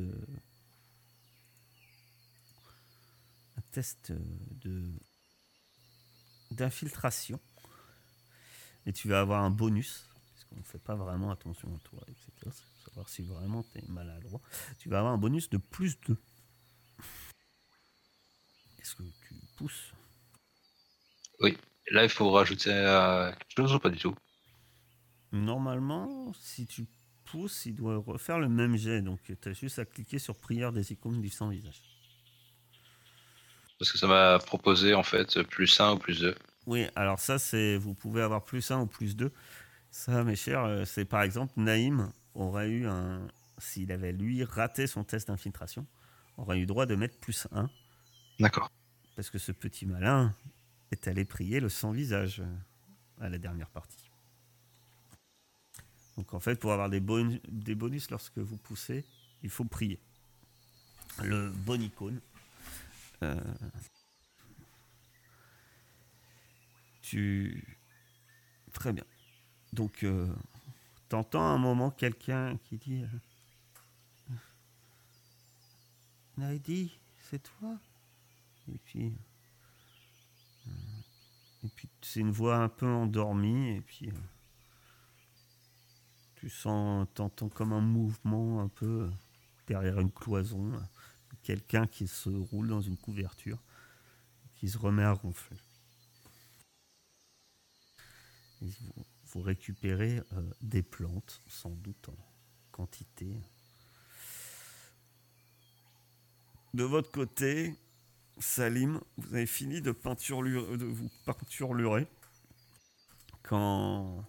d'infiltration. Et tu vas avoir un bonus, parce qu'on ne fait pas vraiment attention à toi, etc. Pour savoir si vraiment tu es maladroit. Tu vas avoir un bonus de plus 2. Est-ce que tu pousses? Oui. Là, il faut rajouter quelque chose ou pas du tout? Normalement, si tu pousses, il doit refaire le même jet. Donc, tu as juste à cliquer sur prière des icônes du sans visage. Parce que ça m'a proposé en fait plus 1 ou plus 2. Oui, alors ça, c'est vous pouvez avoir plus 1 ou plus 2. Ça, mes chers, c'est par exemple Naïm aurait eu un. S'il avait lui raté son test d'infiltration, aurait eu droit de mettre +1, D'accord. parce que ce petit malin est allé prier le sans-visage à la dernière partie. Donc en fait, pour avoir des bonus lorsque vous poussez, il faut prier. Le bon icône. Très bien. Donc, t'entends un moment quelqu'un qui dit Naidi, c'est toi? Et puis c'est une voix un peu endormie, et puis t'entends comme un mouvement un peu derrière une cloison, quelqu'un qui se roule dans une couverture, qui se remet à ronfler. Et vous récupérez des plantes, sans doute en quantité. De votre côté, Salim, vous avez fini de vous peinturlurer quand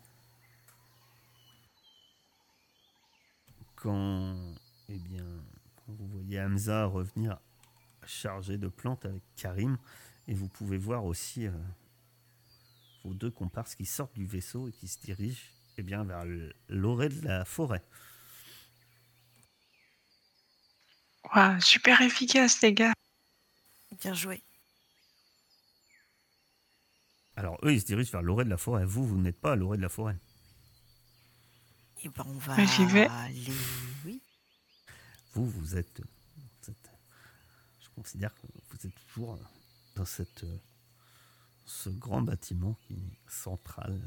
vous voyez Hamza revenir chargé de plantes avec Karim, et vous pouvez voir aussi vos deux comparses qui sortent du vaisseau et qui se dirigent vers l'orée de la forêt. Ouah, super efficace, les gars. Bien joué. Alors eux, ils se dirigent vers l'orée de la forêt. Vous n'êtes pas à l'orée de la forêt. Et ben on va Ouais, j'y vais. aller. Oui. Vous êtes, je considère que vous êtes toujours dans ce grand bâtiment qui est central.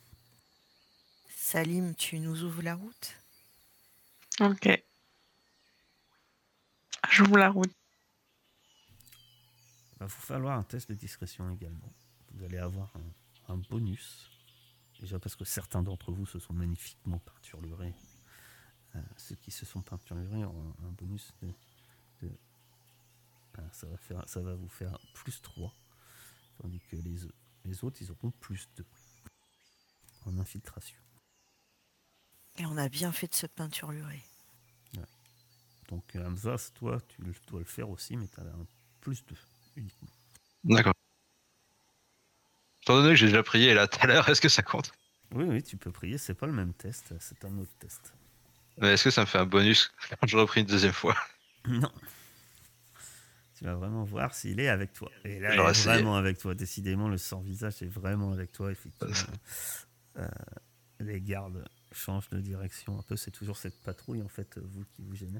Salim, tu nous ouvres la route? Ok. J'ouvre la route. Il va vous falloir un test de discrétion également. Vous allez avoir un bonus. Déjà parce que certains d'entre vous se sont magnifiquement peinturlurés. Ceux qui se sont peinturlurés auront un bonus de ça va vous faire +3. Tandis que les autres, ils auront +2 en infiltration. Et on a bien fait de se peinturlurer. Donc Hamza, toi, tu dois le faire aussi, mais tu as un +2 uniquement. D'accord. Étant donné que j'ai déjà prié là tout à l'heure, est-ce que ça compte? Oui, tu peux prier, c'est pas le même test, c'est un autre test. Mais est-ce que ça me fait un bonus quand je repris une deuxième fois? Non. Tu vas vraiment voir s'il est avec toi. Et là, il J'aurais est essayé. vraiment avec toi. Décidément, le sans-visage est vraiment avec toi, effectivement. Les gardes changent de direction un peu. C'est toujours cette patrouille, en fait, vous qui vous gênez.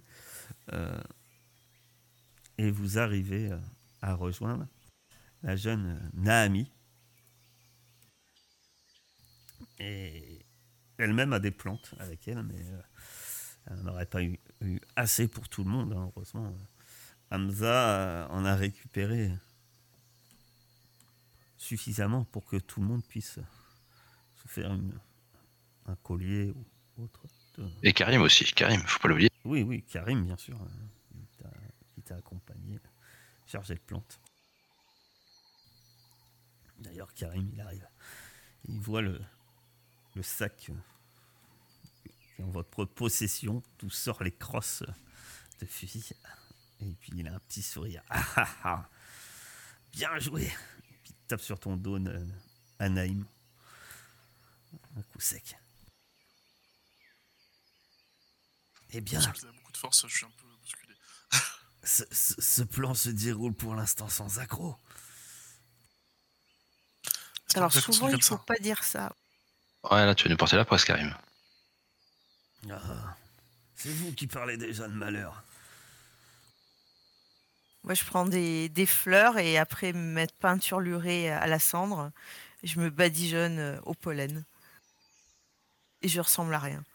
Et vous arrivez à rejoindre la jeune Naami. Et elle-même a des plantes avec elle, mais elle n'aurait pas eu assez pour tout le monde, hein, heureusement. Hamza en a récupéré suffisamment pour que tout le monde puisse se faire un collier ou autre. Et Karim aussi, Karim, faut pas l'oublier. Oui, Karim, bien sûr, qui t'a accompagné, chargé de plantes. D'ailleurs, Karim, il arrive. Il voit le sac qui est en votre possession, d'où sort les crosses de fusil. Et puis il a un petit sourire. Ah. Bien joué. Et puis il tape sur ton dos à Naïm. Un coup sec. Eh bien, Parce que vous avez beaucoup de force, je suis un peu bousculé. ce plan se déroule pour l'instant sans accroc. Est-ce Alors qu'on peut souvent, continuer il comme faut ça pas dire ça. Ouais, là, tu vas nous porter la presse, Karim. Ah, c'est vous qui parlez déjà de malheur. Moi, je prends des fleurs et après me mettre peinturlurée à la cendre, je me badigeonne au pollen. Et je ressemble à rien.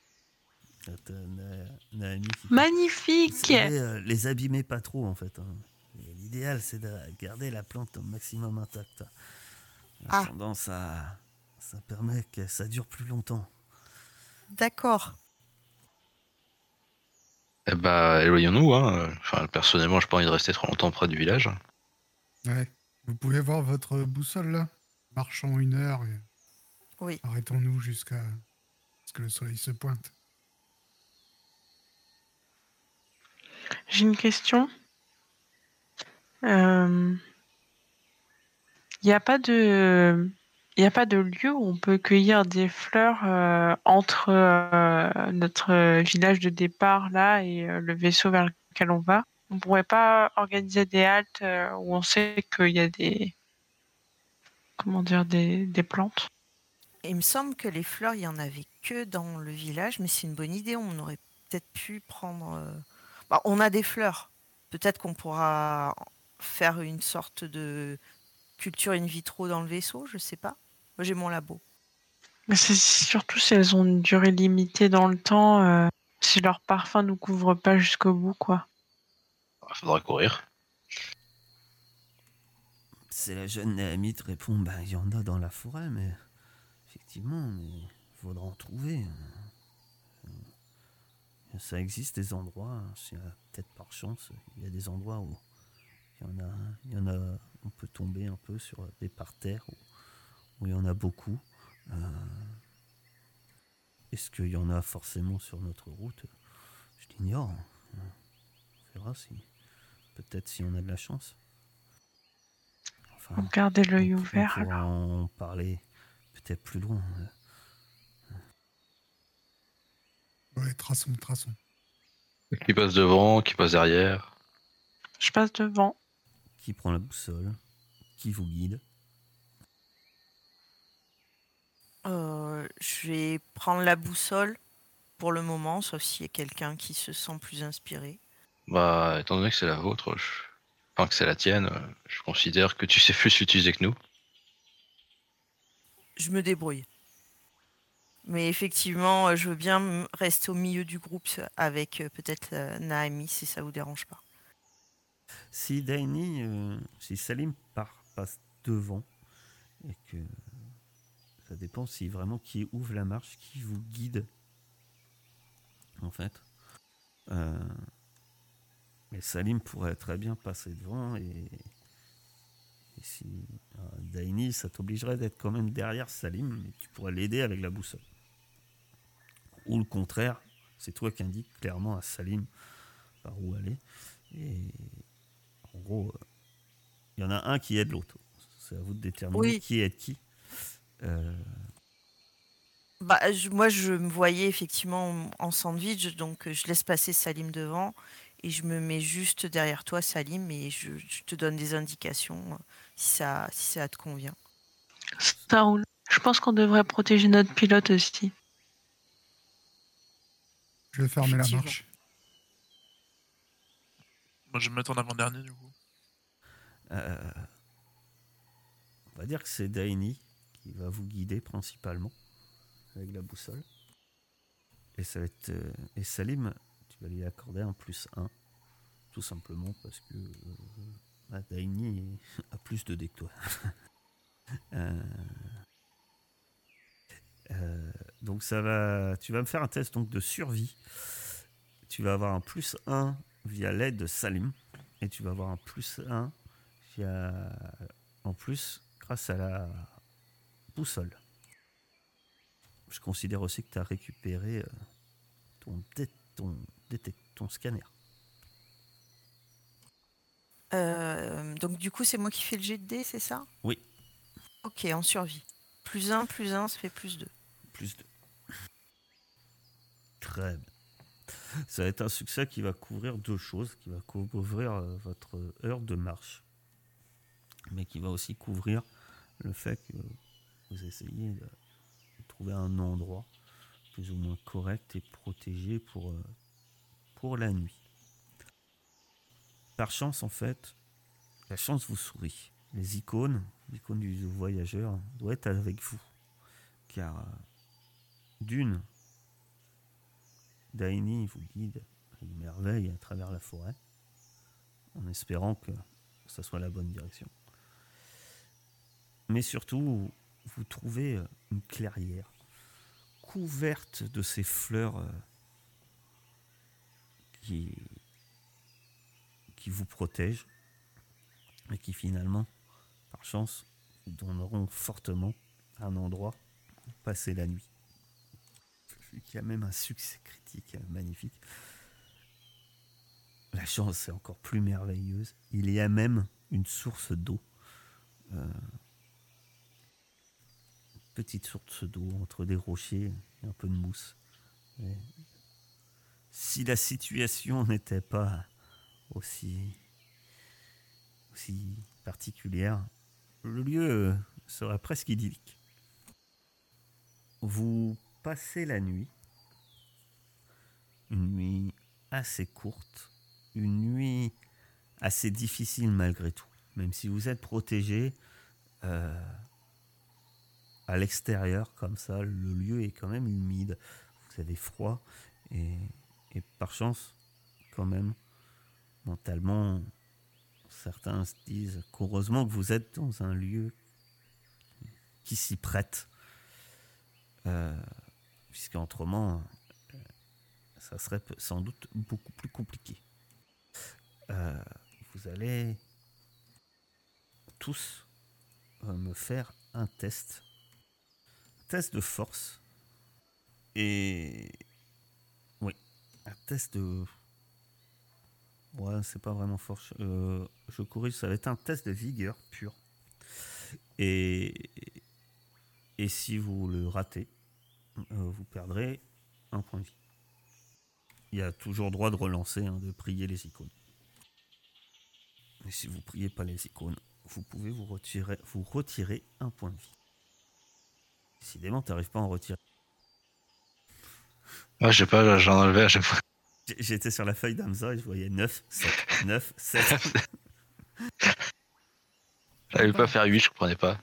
Naomi qui dit, Magnifique. vous savez, les abîmer pas trop en fait. Hein. L'idéal c'est de garder la plante au maximum intacte. La tendance ça permet que ça dure plus longtemps. D'accord. Eh bah, éloignons-nous, hein. Enfin, personnellement, j'ai pas envie de rester trop longtemps près du village. Ouais. Vous pouvez voir votre boussole là, marchant 1 heure. Oui. Arrêtons-nous jusqu'à ce que le soleil se pointe. J'ai une question. Il n'y a pas de... Il a pas de lieu où on peut cueillir des fleurs entre notre village de départ là et le vaisseau vers lequel on va. On pourrait pas organiser des haltes où on sait qu'il y a des, comment dire, des plantes. Il me semble que les fleurs, il y en avait que dans le village, mais c'est une bonne idée. On aurait peut-être pu prendre. Bah, on a des fleurs. Peut-être qu'on pourra faire une sorte de culture in vitro dans le vaisseau, je sais pas. Moi, j'ai mon labo. Mais c'est surtout si elles ont une durée limitée dans le temps, si leur parfum nous couvre pas jusqu'au bout, quoi. Il faudra courir. C'est la jeune Néamite répond, il y en a dans la forêt, mais effectivement, il faudra en trouver. Ça existe des endroits, peut-être par chance, il y a des endroits où il y en a, on peut tomber un peu sur des parterres où il y en a beaucoup. Est-ce qu'il y en a forcément sur notre route? Je l'ignore. On verra peut-être si on a de la chance. Enfin, Gardez l'œil on ouvert. pourra Alors. en parler peut-être plus loin. Ouais, traçons. Qui passe devant, qui passe derrière. Je passe devant. Qui prend la boussole? Qui vous guide? Je vais prendre la boussole pour le moment, sauf s'il y a quelqu'un qui se sent plus inspiré. Bah, étant donné que c'est la vôtre, enfin que c'est la tienne, je considère que tu sais plus l'utiliser que nous. Je me débrouille. Mais effectivement, je veux bien rester au milieu du groupe avec peut-être Naami, si ça vous dérange pas. Si si Salim passe devant, et que ça dépend si vraiment qui ouvre la marche, qui vous guide, en fait. Mais Salim pourrait très bien passer devant, et si Daini, ça t'obligerait d'être quand même derrière Salim, mais tu pourrais l'aider avec la boussole. Ou le contraire, c'est toi qui indiques clairement à Salim par où aller. Et en gros, il y en a un qui aide l'autre. C'est à vous de déterminer Oui. qui aide qui. Moi, je me voyais effectivement en sandwich, donc je laisse passer Salim devant et je me mets juste derrière toi, Salim, et je te donne des indications si ça te convient. Ça roule. Je pense qu'on devrait protéger notre pilote aussi. Je vais fermer la Effectivement. marche. Moi, je vais me mettre en avant-dernier, du coup. On va dire que c'est Daini qui va vous guider principalement avec la boussole. Et ça va être et Salim, tu vas lui accorder un +1, tout simplement parce que Daini a plus de dés que toi. Donc tu vas me faire un test donc de survie. Tu vas avoir un +1 via l'aide de Salim et tu vas avoir un +1 en plus grâce à la boussole. Je considère aussi que tu as récupéré ton scanner. Donc du coup, c'est moi qui fais le jet de dés, c'est ça? Oui. Ok, en survie. +1, ça fait +2. +2. Très bien. Ça va être un succès qui va couvrir deux choses, qui va couvrir votre heure de marche, mais qui va aussi couvrir le fait que vous essayez de trouver un endroit plus ou moins correct et protégé pour la nuit. Par chance, en fait, la chance vous sourit. L'icône du voyageur doit être avec vous, car d'une, Daini vous guide avec merveille à travers la forêt, en espérant que ça soit la bonne direction. Mais surtout, vous trouvez une clairière couverte de ces fleurs qui vous protègent et qui finalement, par chance, vous donneront fortement un endroit passer la nuit. Il y a même un succès critique magnifique. La chance est encore plus merveilleuse. Il y a même une source d'eau. Une petite source d'eau entre des rochers et un peu de mousse. Et si la situation n'était pas aussi particulière, le lieu serait presque idyllique. Vous passez la nuit, une nuit assez courte, une nuit assez difficile malgré tout. Même si vous êtes protégé, à l'extérieur, comme ça, le lieu est quand même humide. Vous avez froid et par chance, quand même, mentalement, certains se disent qu'heureusement que vous êtes dans un lieu qui s'y prête. Puisqu'autrement, ça serait sans doute beaucoup plus compliqué. Vous allez tous me faire un test de force. Et oui, un test de... Ouais, c'est pas vraiment force. Je corrige, ça va être un test de vigueur pure. Et si vous le ratez, vous perdrez un point de vie. Il y a toujours droit de relancer, de prier les icônes. Et si vous priez pas les icônes, vous pouvez vous retirer un point de vie. Décidément, tu n'arrives pas à en retirer. Ouais, je sais pas, j'en enlevais à chaque fois. J'étais sur la feuille d'Hamza et je voyais 9, 7, 9, 7. J'arrivais pas à faire 8, je comprenais pas.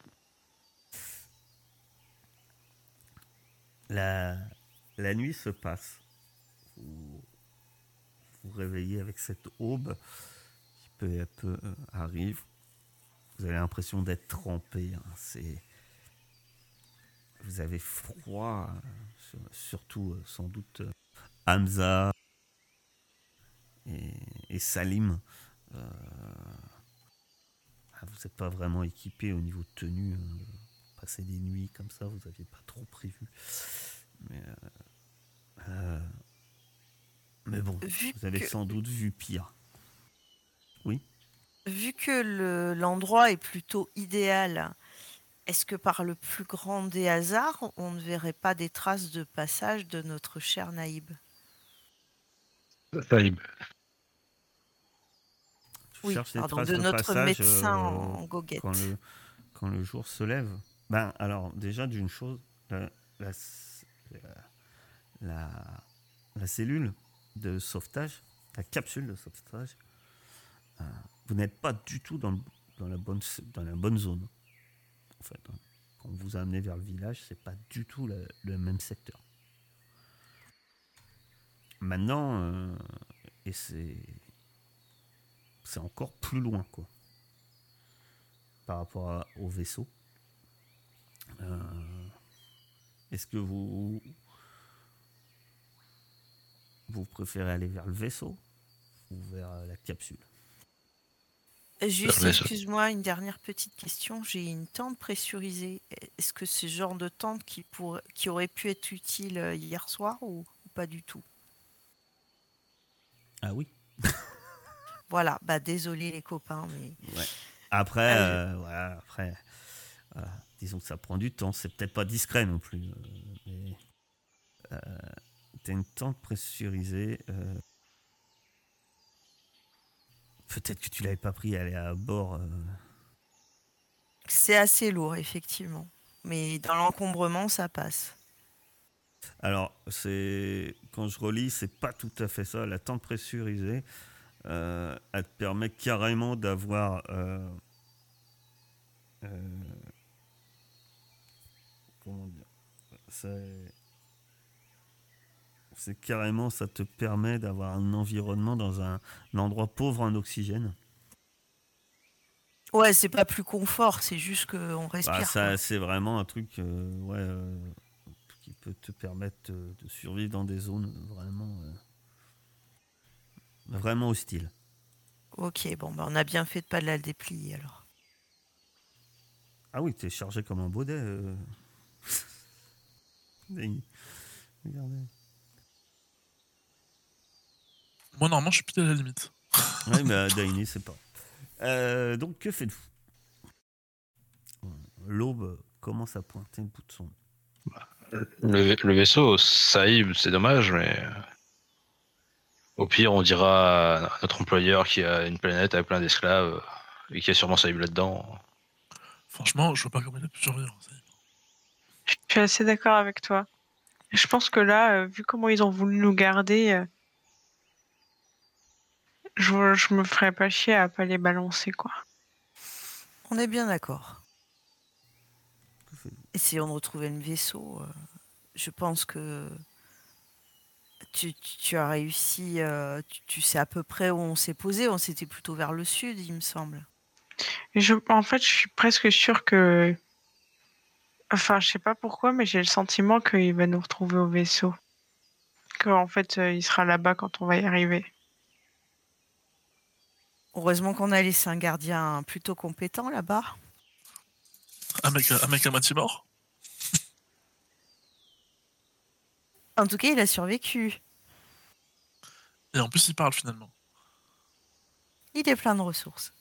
La nuit se passe. Vous vous réveillez avec cette aube qui peu à peu arrive. Vous avez l'impression d'être trempé. Vous avez froid, surtout sans doute Hamza et Salim. Vous n'êtes pas vraiment équipé au niveau de tenue. Passer des nuits comme ça, vous n'aviez pas trop prévu. Mais bon, vous avez sans doute vu pire. Oui. Vu que l'endroit est plutôt idéal, est-ce que par le plus grand des hasards, on ne verrait pas des traces de passage de notre cher Naïb? Terrible. Oui, Cherche des pardon, traces de de notre passage médecin en goguette. quand le jour se lève. Ben alors déjà d'une chose, la cellule de sauvetage, la capsule de sauvetage, vous n'êtes pas du tout dans la bonne zone. En fait, quand on vous a amené vers le village, c'est pas du tout le même secteur. Maintenant, et c'est encore plus loin, quoi, par rapport au vaisseau. Est-ce que vous préférez aller vers le vaisseau ou vers la capsule? Juste, excuse-moi, une dernière petite question. J'ai une tente pressurisée. Est-ce que c'est ce genre de tente qui aurait pu être utile hier soir ou pas du tout? Ah oui. Voilà, désolé les copains, mais... Ouais. Après, disons que ça prend du temps. C'est peut-être pas discret non plus. Mais t'as une tente pressurisée. Peut-être que tu l'avais pas pris, elle est à bord. C'est assez lourd, effectivement. Mais dans l'encombrement, ça passe. Alors, quand je relis, c'est pas tout à fait ça. La tente pressurisée, elle te permet carrément d'avoir comment dire, c'est carrément, ça te permet d'avoir un environnement dans un endroit pauvre en oxygène. Ouais, c'est pas plus confort, c'est juste qu'on respire. Ça, c'est vraiment un truc qui peut te permettre de survivre dans des zones vraiment hostiles. Ok, bon, on a bien fait de pas la déplier alors. Ah oui, t'es chargé comme un baudet. Daini. Regardez. Moi, normalement, je suis pile à la limite. Ouais, mais Daini, c'est pas. Donc, que faites-vous? L'aube commence à pointer le bout de son nez. Le vaisseau, Saïb, c'est dommage, mais au pire, on dira à notre employeur qui a une planète avec plein d'esclaves et qui a sûrement Saïb là-dedans. Franchement, je vois pas comment il a pu survivre. Je suis assez d'accord avec toi. Je pense que là, vu comment ils ont voulu nous garder, je me ferais pas chier à pas les balancer, quoi. On est bien d'accord. Que faites-vous? Essayons de retrouver le vaisseau. Je pense que tu as réussi. Tu sais à peu près où on s'est posé. On s'était plutôt vers le sud, il me semble. Et en fait, je suis presque sûre que. Enfin, je sais pas pourquoi, mais j'ai le sentiment qu'il va nous retrouver au vaisseau. Qu'en fait, il sera là-bas quand on va y arriver. Heureusement qu'on a laissé un gardien plutôt compétent là-bas. Un mec à moitié mort. En tout cas, il a survécu. Et en plus, il parle finalement. Il est plein de ressources.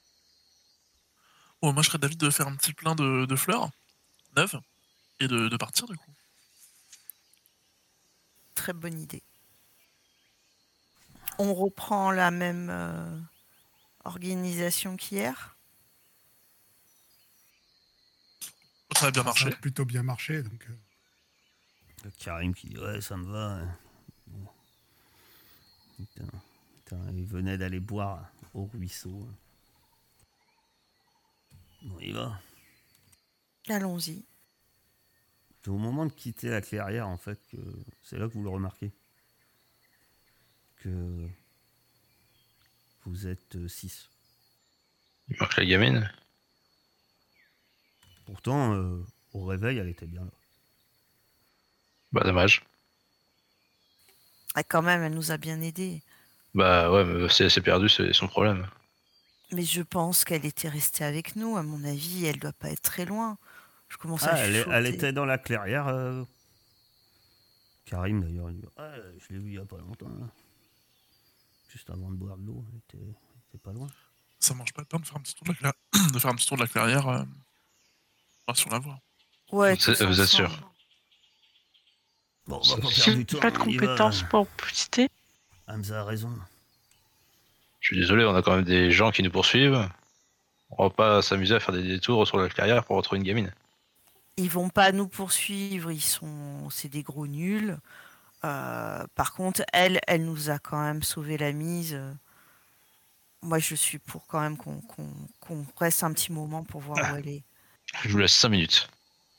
Moi, je serais d'avis de faire un petit plein de fleurs neuves et de partir du coup. Très bonne idée. On reprend la même organisation qu'hier. Ça a bien Ça marché. a plutôt bien marché. Donc, Karim qui dit ouais, ça me va. Bon. Putain, il venait d'aller boire au ruisseau. Bon, il va. Allons-y. C'est au moment de quitter la clairière, en fait, que c'est là que vous le remarquez. Que vous êtes 6. Il manque la gamine. Pourtant, au réveil, elle était bien là. Bah, dommage. Ah, quand même, elle nous a bien aidés. Bah, ouais, mais si elle s'est perdue, c'est son problème. Mais je pense qu'elle était restée avec nous. À mon avis, elle doit pas être très loin. Je commence à Elle chuchoter. était dans la clairière. Karim, d'ailleurs, il dit ouais, je l'ai vu il y a pas longtemps. Là. Juste avant de boire de l'eau, elle était pas loin. Ça mange pas de pain de faire un petit tour de faire un petit tour de la clairière sur la voie. Ouais, Vous tous êtes ensemble. sûr? Bon, on va pas J'ai perdre du temps. pas de on y va. compétences pour citer. Hamza a raison. Je suis désolé, on a quand même des gens qui nous poursuivent. On va pas s'amuser à faire des détours sur la carrière pour retrouver une gamine. Ils vont pas nous poursuivre. C'est des gros nuls. Par contre, elle nous a quand même sauvé la mise. Moi, je suis pour quand même qu'on reste un petit moment pour voir où elle est. Je vous laisse 5 minutes.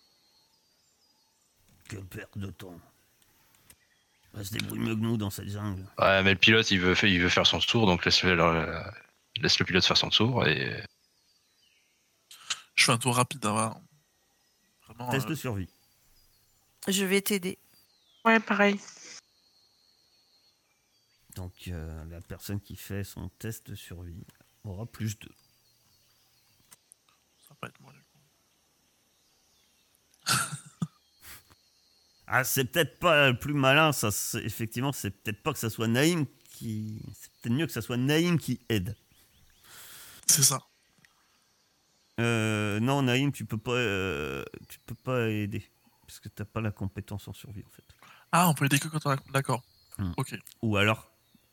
Quelle perte de temps. Elle se débrouille mieux que nous dans cette jungle. Ouais, mais le pilote, il veut faire son tour, donc laisse le pilote faire son tour. Et Je fais un tour rapide, hein, vraiment. Test de survie. Je vais t'aider. Ouais, pareil. Donc, la personne qui fait son test de survie aura plus 2. Ça va pas être moi. Du coup. Ah, c'est peut-être pas le plus malin, ça. Effectivement, c'est peut-être pas que ça soit Naïm qui. C'est peut-être mieux que ça soit Naïm qui aide. C'est ça. Non, Naïm, tu peux pas aider parce que t'as pas la compétence en survie en fait. Ah, on peut aider que quand on a. D'accord. Ok. Ou alors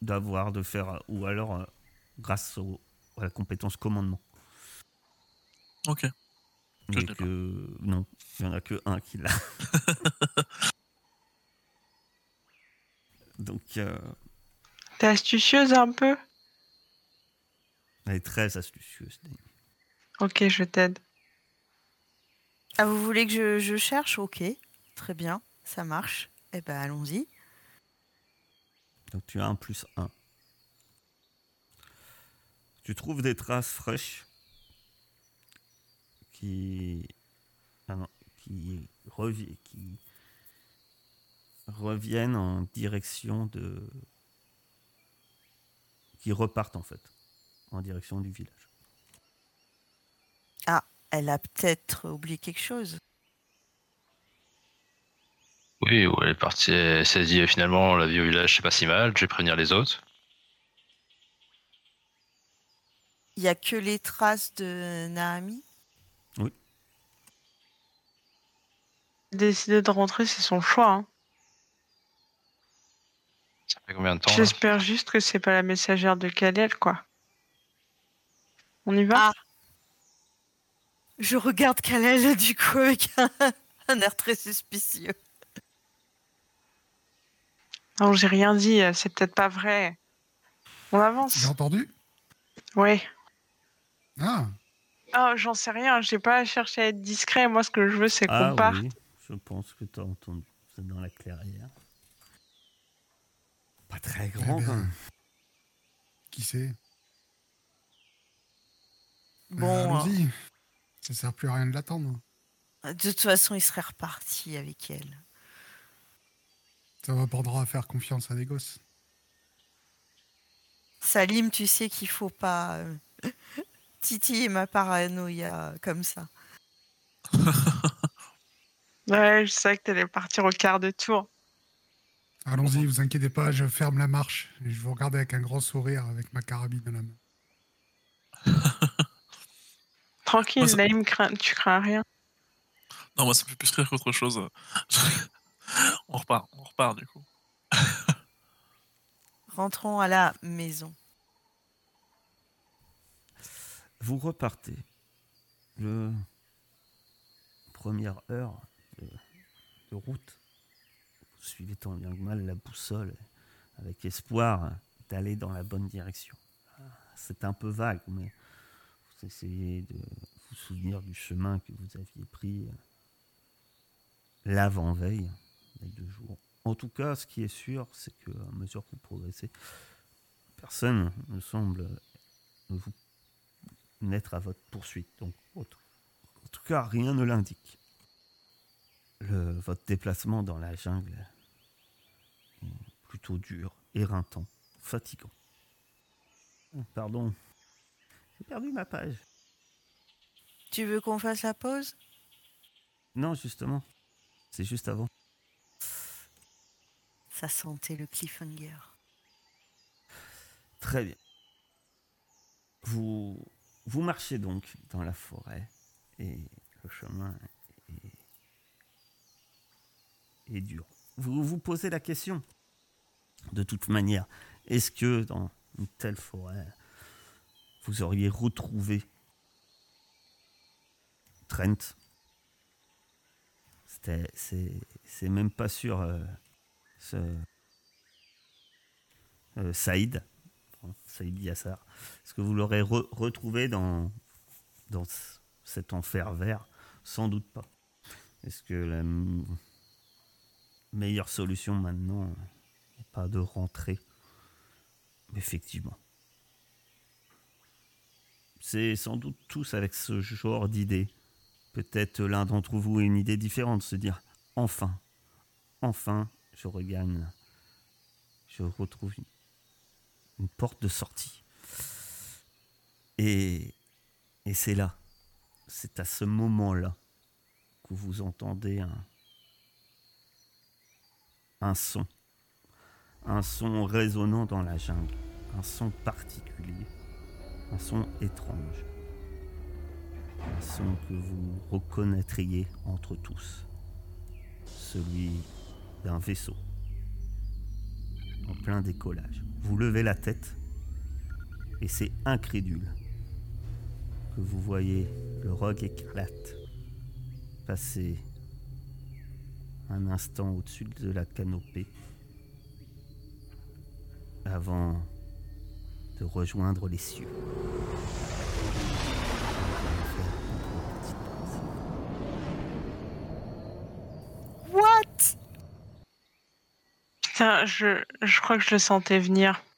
grâce à la compétence commandement. Ok. Mais je n'ai pas. non, il y en a que un qui l'a. Donc, T'es astucieuse un peu? elle est très astucieuse. Naïm. Ok, je t'aide. Ah, vous voulez que je cherche? Ok, très bien, ça marche. Eh ben, allons-y. Donc tu as un plus 1. Tu trouves des traces fraîches qui reviennent en direction de... qui repartent en fait, en direction du village. Ah, elle a peut-être oublié quelque chose. Oui, ou elle est partie, elle s'est dit finalement la vie au village c'est pas si mal, je vais prévenir les autres. Il n'y a que les traces de Naomi. Décider de rentrer, c'est son choix. Hein. Ça fait combien de temps là? J'espère juste que c'est pas la messagère de Kalel, quoi. On y va? Ah, je regarde Kalel du coup avec un air très suspicieux. Non, j'ai rien dit, c'est peut-être pas vrai. On avance. J'ai entendu? Oui. Ah, Oh, j'en sais rien, j'ai pas cherché à être discret. Moi, ce que je veux, c'est qu'on Ah parte. oui, je pense que tu as entendu. C'est dans la clairière. Pas très grand, bien. quand même. qui sait? Bon, Allons-y. Ça sert plus à rien de l'attendre. de toute façon, il serait reparti avec elle. Ça m'apprendra à faire confiance à des gosses. Salim, tu sais qu'il faut pas titiller ma paranoïa comme ça. Ouais, je savais que t'allais partir au quart de tour. Allons-y, vous inquiétez pas, je ferme la marche et je vous regarde avec un grand sourire avec ma carabine à la main. Tranquille, ça- Naïm, tu crains rien. Non, moi, ça me fait plus rire qu'autre chose. On repart du coup. Rentrons à la maison. Vous repartez. Le première heure de route. Vous suivez tant bien que mal la boussole avec espoir d'aller dans la bonne direction. C'est un peu vague, mais vous essayez de vous souvenir du chemin que vous aviez pris l'avant-veille, il y a 2 jours. En tout cas, ce qui est sûr, c'est qu'à mesure que vous progressez, personne ne semble vous mettre à votre poursuite. Donc, en tout cas, rien ne l'indique. Votre déplacement dans la jungle est plutôt dur, éreintant, fatigant. Pardon, j'ai perdu ma page. Tu veux qu'on fasse la pause? Non, justement, c'est juste avant. Ça sentait le cliffhanger. Très bien. Vous marchez donc dans la forêt et le chemin est dur. Vous vous posez la question, de toute manière, est-ce que dans une telle forêt, vous auriez retrouvé Trent? C'est même pas sûr. Saïd Yassar. Est-ce que vous l'aurez retrouvé dans cet enfer vert? Sans doute pas. Est-ce que la meilleure solution maintenant n'est pas de rentrer? Effectivement. C'est sans doute tous avec ce genre d'idée. Peut-être l'un d'entre vous a une idée différente, se dire enfin, je regagne, je retrouve une porte de sortie. Et c'est là, c'est à ce moment-là que vous entendez un son résonnant dans la jungle, un son particulier, un son étrange, un son que vous reconnaîtriez entre tous, celui d'un vaisseau en plein décollage. Vous levez la tête et c'est incrédule que vous voyez le roc écarlate passer un instant au-dessus de la canopée avant de rejoindre les cieux. What? Putain, je crois que je le sentais venir.